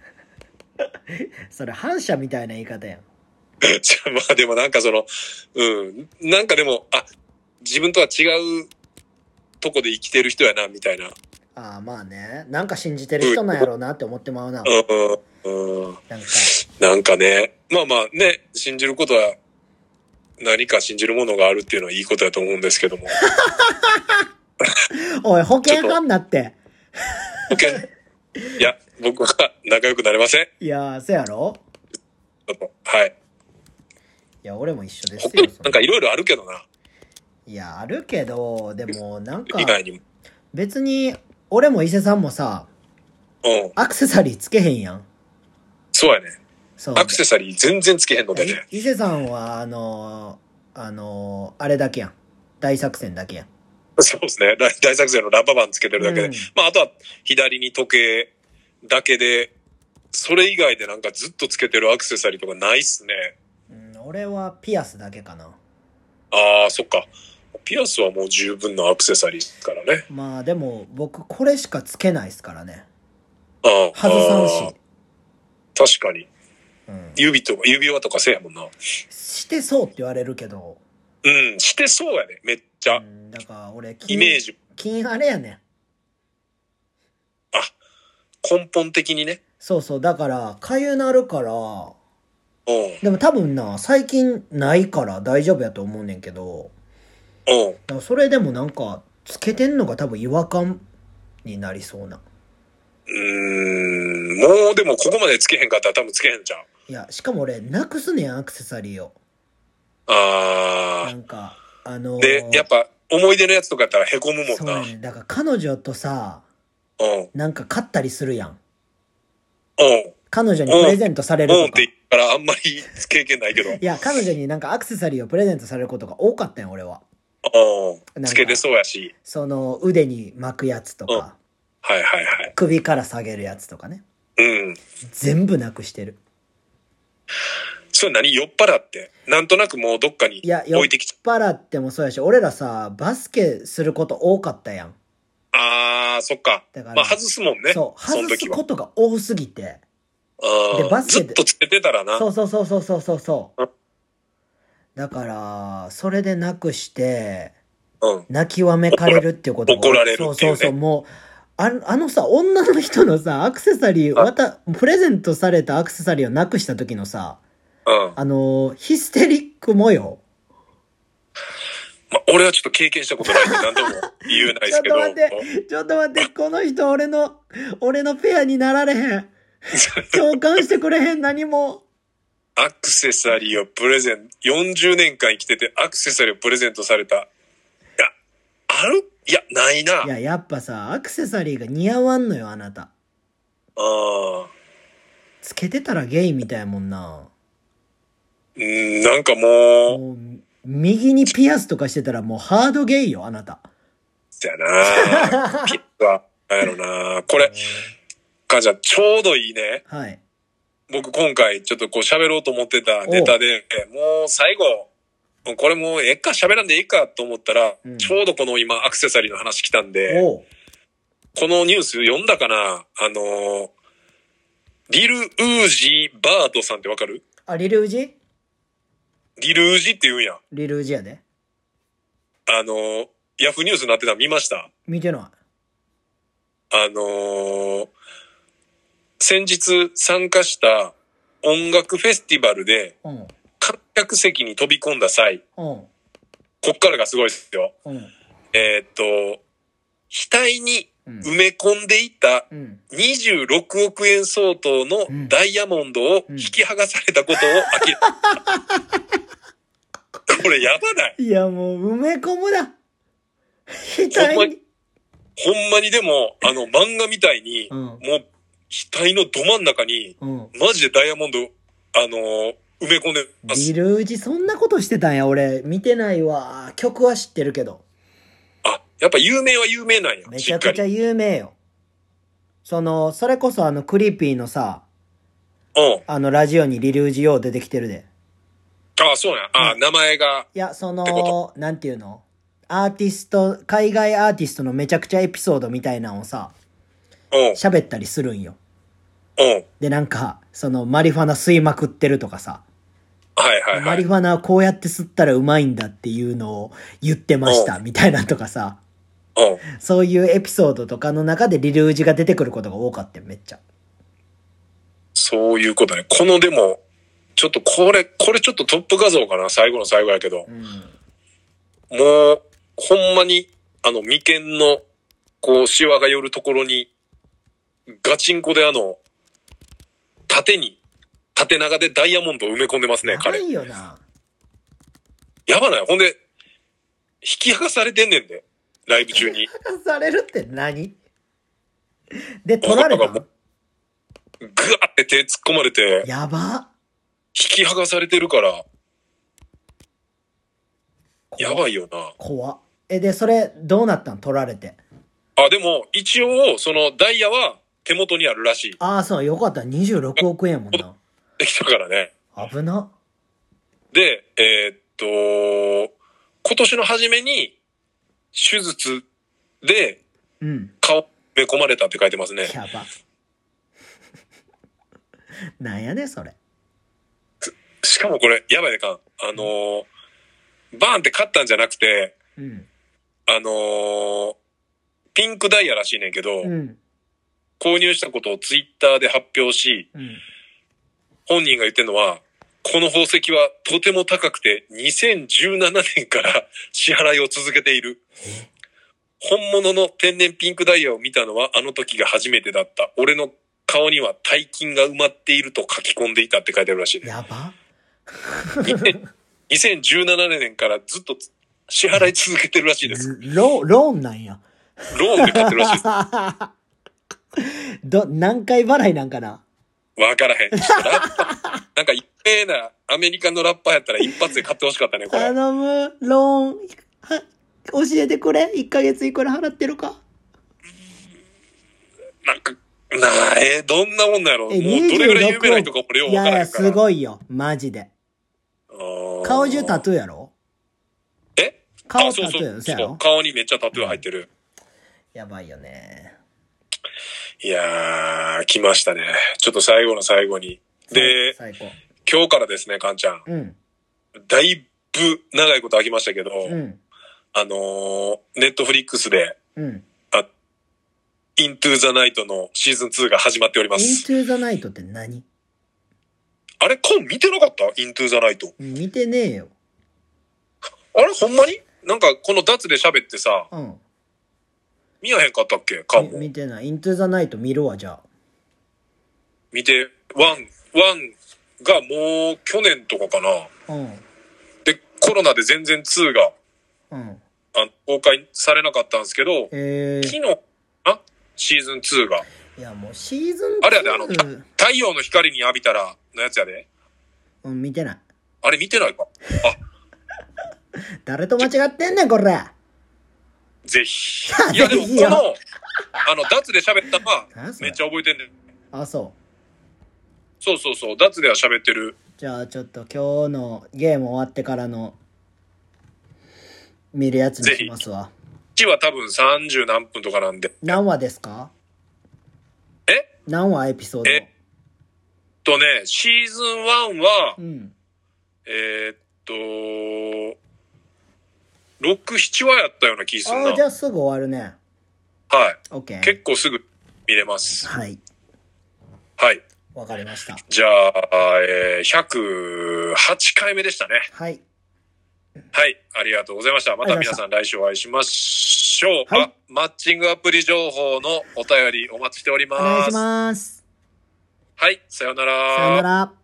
Speaker 1: それ反射みたいな言い方やん。
Speaker 2: じゃあまあでもなんかその、うん。なんかでも、あ、自分とは違うとこで生きてる人やな、みたいな。
Speaker 1: ああ、まあね。なんか信じてる人なんやろうなって思ってまうな。
Speaker 2: うん、うん。
Speaker 1: なんか。
Speaker 2: なんかね、まあまあね、信じることは、何か信じるものがあるっていうのはいいことだと思うんですけども。
Speaker 1: おい、保険犯なって。
Speaker 2: 保険いや、僕は仲良くなれません。
Speaker 1: いやー、そうやろ？
Speaker 2: ちょっと、はい。
Speaker 1: いや、俺も一緒ですよ。
Speaker 2: なんかいろいろあるけどな。
Speaker 1: いや、あるけど、でも、なんか、
Speaker 2: 以外にも。
Speaker 1: 別に、俺も伊勢さんもさ、
Speaker 2: うん。
Speaker 1: アクセサリーつけへんやん。
Speaker 2: そうやね。
Speaker 1: そう。
Speaker 2: アクセサリー全然つけへんのでね。
Speaker 1: 伊勢さんは、あのー、あのー、あれだけやん。大作戦だけやん。
Speaker 2: そうですね。大大作戦のラバーバンつけてるだけで。
Speaker 1: うん、
Speaker 2: まあ、あとは左に時計だけで、それ以外でなんかずっとつけてるアクセサリーとかないっすね。
Speaker 1: うん、俺はピアスだけかな。
Speaker 2: ああ、そっか。ピアスはもう十分なアクセサリーからね。
Speaker 1: まあでも、僕これしかつけないっすからね。
Speaker 2: ああ。
Speaker 1: 外さんし。
Speaker 2: 確かに。
Speaker 1: うん、
Speaker 2: 指とか、指輪とかせやもんな。
Speaker 1: してそうって言われるけど。
Speaker 2: うん、してそうやね。めっちゃ。うん、
Speaker 1: だから俺、
Speaker 2: イメージ。
Speaker 1: 金あれやねん。
Speaker 2: あ、根本的にね。
Speaker 1: そうそう。だから、かゆなるから、
Speaker 2: うん。
Speaker 1: でも多分な、最近ないから大丈夫やと思うねんけど、
Speaker 2: うん。
Speaker 1: だからそれでもなんか、つけてんのが多分違和感になりそうな。
Speaker 2: うーん、もうでもここまでつけへんかったら多分つけへんじゃん。
Speaker 1: いや、しかも俺、なくすねん、アクセサリーを。
Speaker 2: あ
Speaker 1: なんか、あのー、
Speaker 2: ー。で、やっぱ思い出のやつとかやったらへこむもんな。
Speaker 1: そうやねん。だから彼女とさ、
Speaker 2: うん。
Speaker 1: なんか買ったりするやん。
Speaker 2: うん。
Speaker 1: 彼女にプレゼントされるとか。
Speaker 2: うんって言ったらあんまり経験ないけど。
Speaker 1: いや、彼女になんかアクセサリーをプレゼントされることが多かったんよ、俺は。
Speaker 2: うん。つけてそうやし。
Speaker 1: その、腕に巻くやつとか。うん、
Speaker 2: はいはいはい。
Speaker 1: 首から下げるやつとかね。
Speaker 2: うん。
Speaker 1: 全部なくしてる。
Speaker 2: それ何酔っ払って。なんとなくもうどっかに置いてきちゃう。
Speaker 1: いや、酔っ払ってもそうやし、俺らさ、バスケすること多かったやん。
Speaker 2: あー、そっか。だからまあ外すもんね。
Speaker 1: そう、外すことが多すぎて。
Speaker 2: で、バスケで。ずっとつけてたらな。
Speaker 1: そうそうそうそうそうそうそう。だから、それでなくして、うん、泣きわめかれるっていうことが
Speaker 2: 怒られるっていう、ね。
Speaker 1: そうそうそう、もう、ああのさ、女の人のさ、アクセサリー、また、プレゼントされたアクセサリーをなくした時のさ、うん、あの、ヒステリック模様。
Speaker 2: まあ、俺はちょっと経験したことないんで何とも言えないですけど。
Speaker 1: ちょっと待って、ちょっと待って、この人俺の、俺のペアになられへん。共感してくれへん、何も。
Speaker 2: アクセサリーをプレゼント、よんじゅうねんかん生きててアクセサリーをプレゼントされた。いや、ある？いや、ないな。
Speaker 1: いや、やっぱさ、アクセサリーが似合わんのよ、あなた。あ
Speaker 2: あ。
Speaker 1: つけてたらゲイみたいもんな。
Speaker 2: うん、なんかもう。もう
Speaker 1: 右にピアスとかしてたらもうハードゲイよ、あなた。
Speaker 2: そやなピアスは、なんやろなこれ、かんちゃん、ちょうどいいね。
Speaker 1: はい。
Speaker 2: 僕今回ちょっとこう喋ろうと思ってたネタで、もう最後、これもうええか喋らんでいいかと思ったら、うん、ちょうどこの今アクセサリーの話来たんで、このニュース読んだかなあの、リル・ウージ・バードさんってわかる？
Speaker 1: あ、リルウジ？
Speaker 2: リルウジって言うんや。
Speaker 1: リルウジやで。
Speaker 2: あの、ヤフーニュースになってたの見ました？
Speaker 1: 見てない。
Speaker 2: あのー、先日参加した音楽フェスティバルで、観客席に飛び込んだ際、うん、こっからがすごいですよ。うん、えー、っと、額に埋め込んでいたにじゅうろくおくえん相当のダイヤモンドを引き剥がされたことを明らかに。これやばない？
Speaker 1: いやもう埋め込むな。
Speaker 2: ほんまに、ほんまにでも、あの漫画みたいに、うん、もう額のど真ん中に、うん、マジでダイヤモンド、あのー、埋め込んでます。
Speaker 1: リルウジそんなことしてたんや、俺。見てないわ。曲は知ってるけど。
Speaker 2: あ、やっぱ有名は有名なんや。
Speaker 1: めちゃくちゃ有名よ。その、それこそあの、クリーピーのさ、うん。あの、ラジオにリルウジよう出てきてるで。
Speaker 2: ああ、そうや。ああ、名前が。
Speaker 1: いや、その、なんていうの？アーティスト、海外アーティストのめちゃくちゃエピソードみたいなのをさ、喋ったりするんよ。で、なんか、その、マリファナ吸いまくってるとかさ、
Speaker 2: はいはいはい。
Speaker 1: マリファナはこうやって吸ったらうまいんだっていうのを言ってました、みたいなとかさ、そういうエピソードとかの中でリルウジが出てくることが多かったよ、めっちゃ。
Speaker 2: そういうことね。このでも、ちょっとこれ、これちょっとトップ画像かな、最後の最後やけど。うん、もう、ほんまに、あの、眉間の、こう、シワが寄るところに、ガチンコであの、縦に、縦長でダイヤモンドを埋め込んでますね、彼。
Speaker 1: やばいよな。
Speaker 2: やばない。ほんで、引き剥がされてんねんで、ライブ中に。
Speaker 1: 引き剥がされるって何？で、取られたの？
Speaker 2: グワって手突っ込まれて。
Speaker 1: やば。
Speaker 2: 引き剥がされてるから。やばいよな。
Speaker 1: 怖っ。え、で、それ、どうなったん？取られて。
Speaker 2: あ、でも、一応、その、ダイヤは手元にあるらしい。
Speaker 1: ああ、そう、よかった。にじゅうろくおくえんやもんな。
Speaker 2: できたからね。
Speaker 1: 危な。
Speaker 2: で、えー、っと、今年の初めに、手術で、うん。顔埋め込まれたって書いてますね。
Speaker 1: やば。なんやねそれ。
Speaker 2: しかもこれ、やばいねかん。あのー、バーンって勝ったんじゃなくて、うん、あのー、ピンクダイヤらしいねんけど、うん、購入したことをツイッターで発表し、うん、本人が言ってるのは、この宝石はとても高くてにせんじゅうななねんから支払いを続けている。 本物の天然ピンクダイヤを見たのはあの時が初めてだった。俺の顔には大金が埋まっていると書き込んでいたって書いてあるらしいね。
Speaker 1: やば
Speaker 2: にせんじゅうななねんからずっと支払い続けてるらしいです。
Speaker 1: ロローンなんや。
Speaker 2: ローンで買ってるらしいです。
Speaker 1: ど、何回払いなんかな。
Speaker 2: わからへん。ラッパなんか一平なアメリカのラッパーやったら一発で買ってほしかったね、これ。
Speaker 1: 頼む、ローン、は、教えてくれ。いっかげついくら払ってるか。
Speaker 2: なんか、なあ、えー、どんなもんなんやろ。もうどれぐらい有名な人か俺ようわからへんから。いやいや、
Speaker 1: すごいよ。マジで。顔中タトゥーやろ？
Speaker 2: え？
Speaker 1: 顔タトゥーやろ？
Speaker 2: そうそうそう。顔にめっちゃタトゥー入ってる。
Speaker 1: やばいよね。
Speaker 2: いやー、来ましたね。ちょっと最後の最後に。で、今日からですね、カンちゃん。うん。だいぶ長いこと空きましたけど、うん、あのー、ネットフリックスで、うん、あ、イントゥーザナイトのシーズンツーが始まっております。
Speaker 1: イントゥーザナイトって何？
Speaker 2: あれ、カン見てなかった？イントゥーザナイト。
Speaker 1: 見てねえよ。
Speaker 2: あれ、ほんまに？なんか、この脱で喋ってさ、うん。見やへんかったっけ？カンも。
Speaker 1: 見てない。イントゥーザナイト見るわ、じゃあ。
Speaker 2: 見て、ワン、ワンがもう去年とかかな。うん。で、コロナで全然ツーが、うん。あ公開されなかったんですけど、えー、昨日、あシーズンツーが。
Speaker 1: いや、もうシーズンツー。
Speaker 2: あれやで、あの、太陽の光に浴びたらのやつやで。
Speaker 1: うん、見てない。
Speaker 2: あれ見てないか。あ。
Speaker 1: 誰と間違ってんねん、これ。
Speaker 2: ぜひ。いや、でもこの、あの、脱で喋ったのは、めっちゃ覚えてんねん。
Speaker 1: あ、そう。
Speaker 2: そうそうそう、脱では喋ってる。
Speaker 1: じゃあ、ちょっと今日のゲーム終わってからの、見るやつにしますわ。
Speaker 2: いちは多分さんじゅう何分とかなんで。
Speaker 1: 何話ですか？
Speaker 2: え？
Speaker 1: 何話エピソード？
Speaker 2: えっとね、シーズンワンは、うん、えー、っと、ろく、なな話やったような気するな。
Speaker 1: ああ、じゃあすぐ終わるね。
Speaker 2: はい。
Speaker 1: オッケー。
Speaker 2: 結構すぐ見れます。
Speaker 1: はい。
Speaker 2: はい。
Speaker 1: わかりました。
Speaker 2: じゃあ、えー、ひゃくはちかいめでしたね。
Speaker 1: はい。
Speaker 2: はい。ありがとうございました。また皆さん来週お会いしましょう。はい、あ、マッチングアプリ情報のお便りお待ちしております。
Speaker 1: お願いします。
Speaker 2: はい。さよなら。
Speaker 1: さよなら。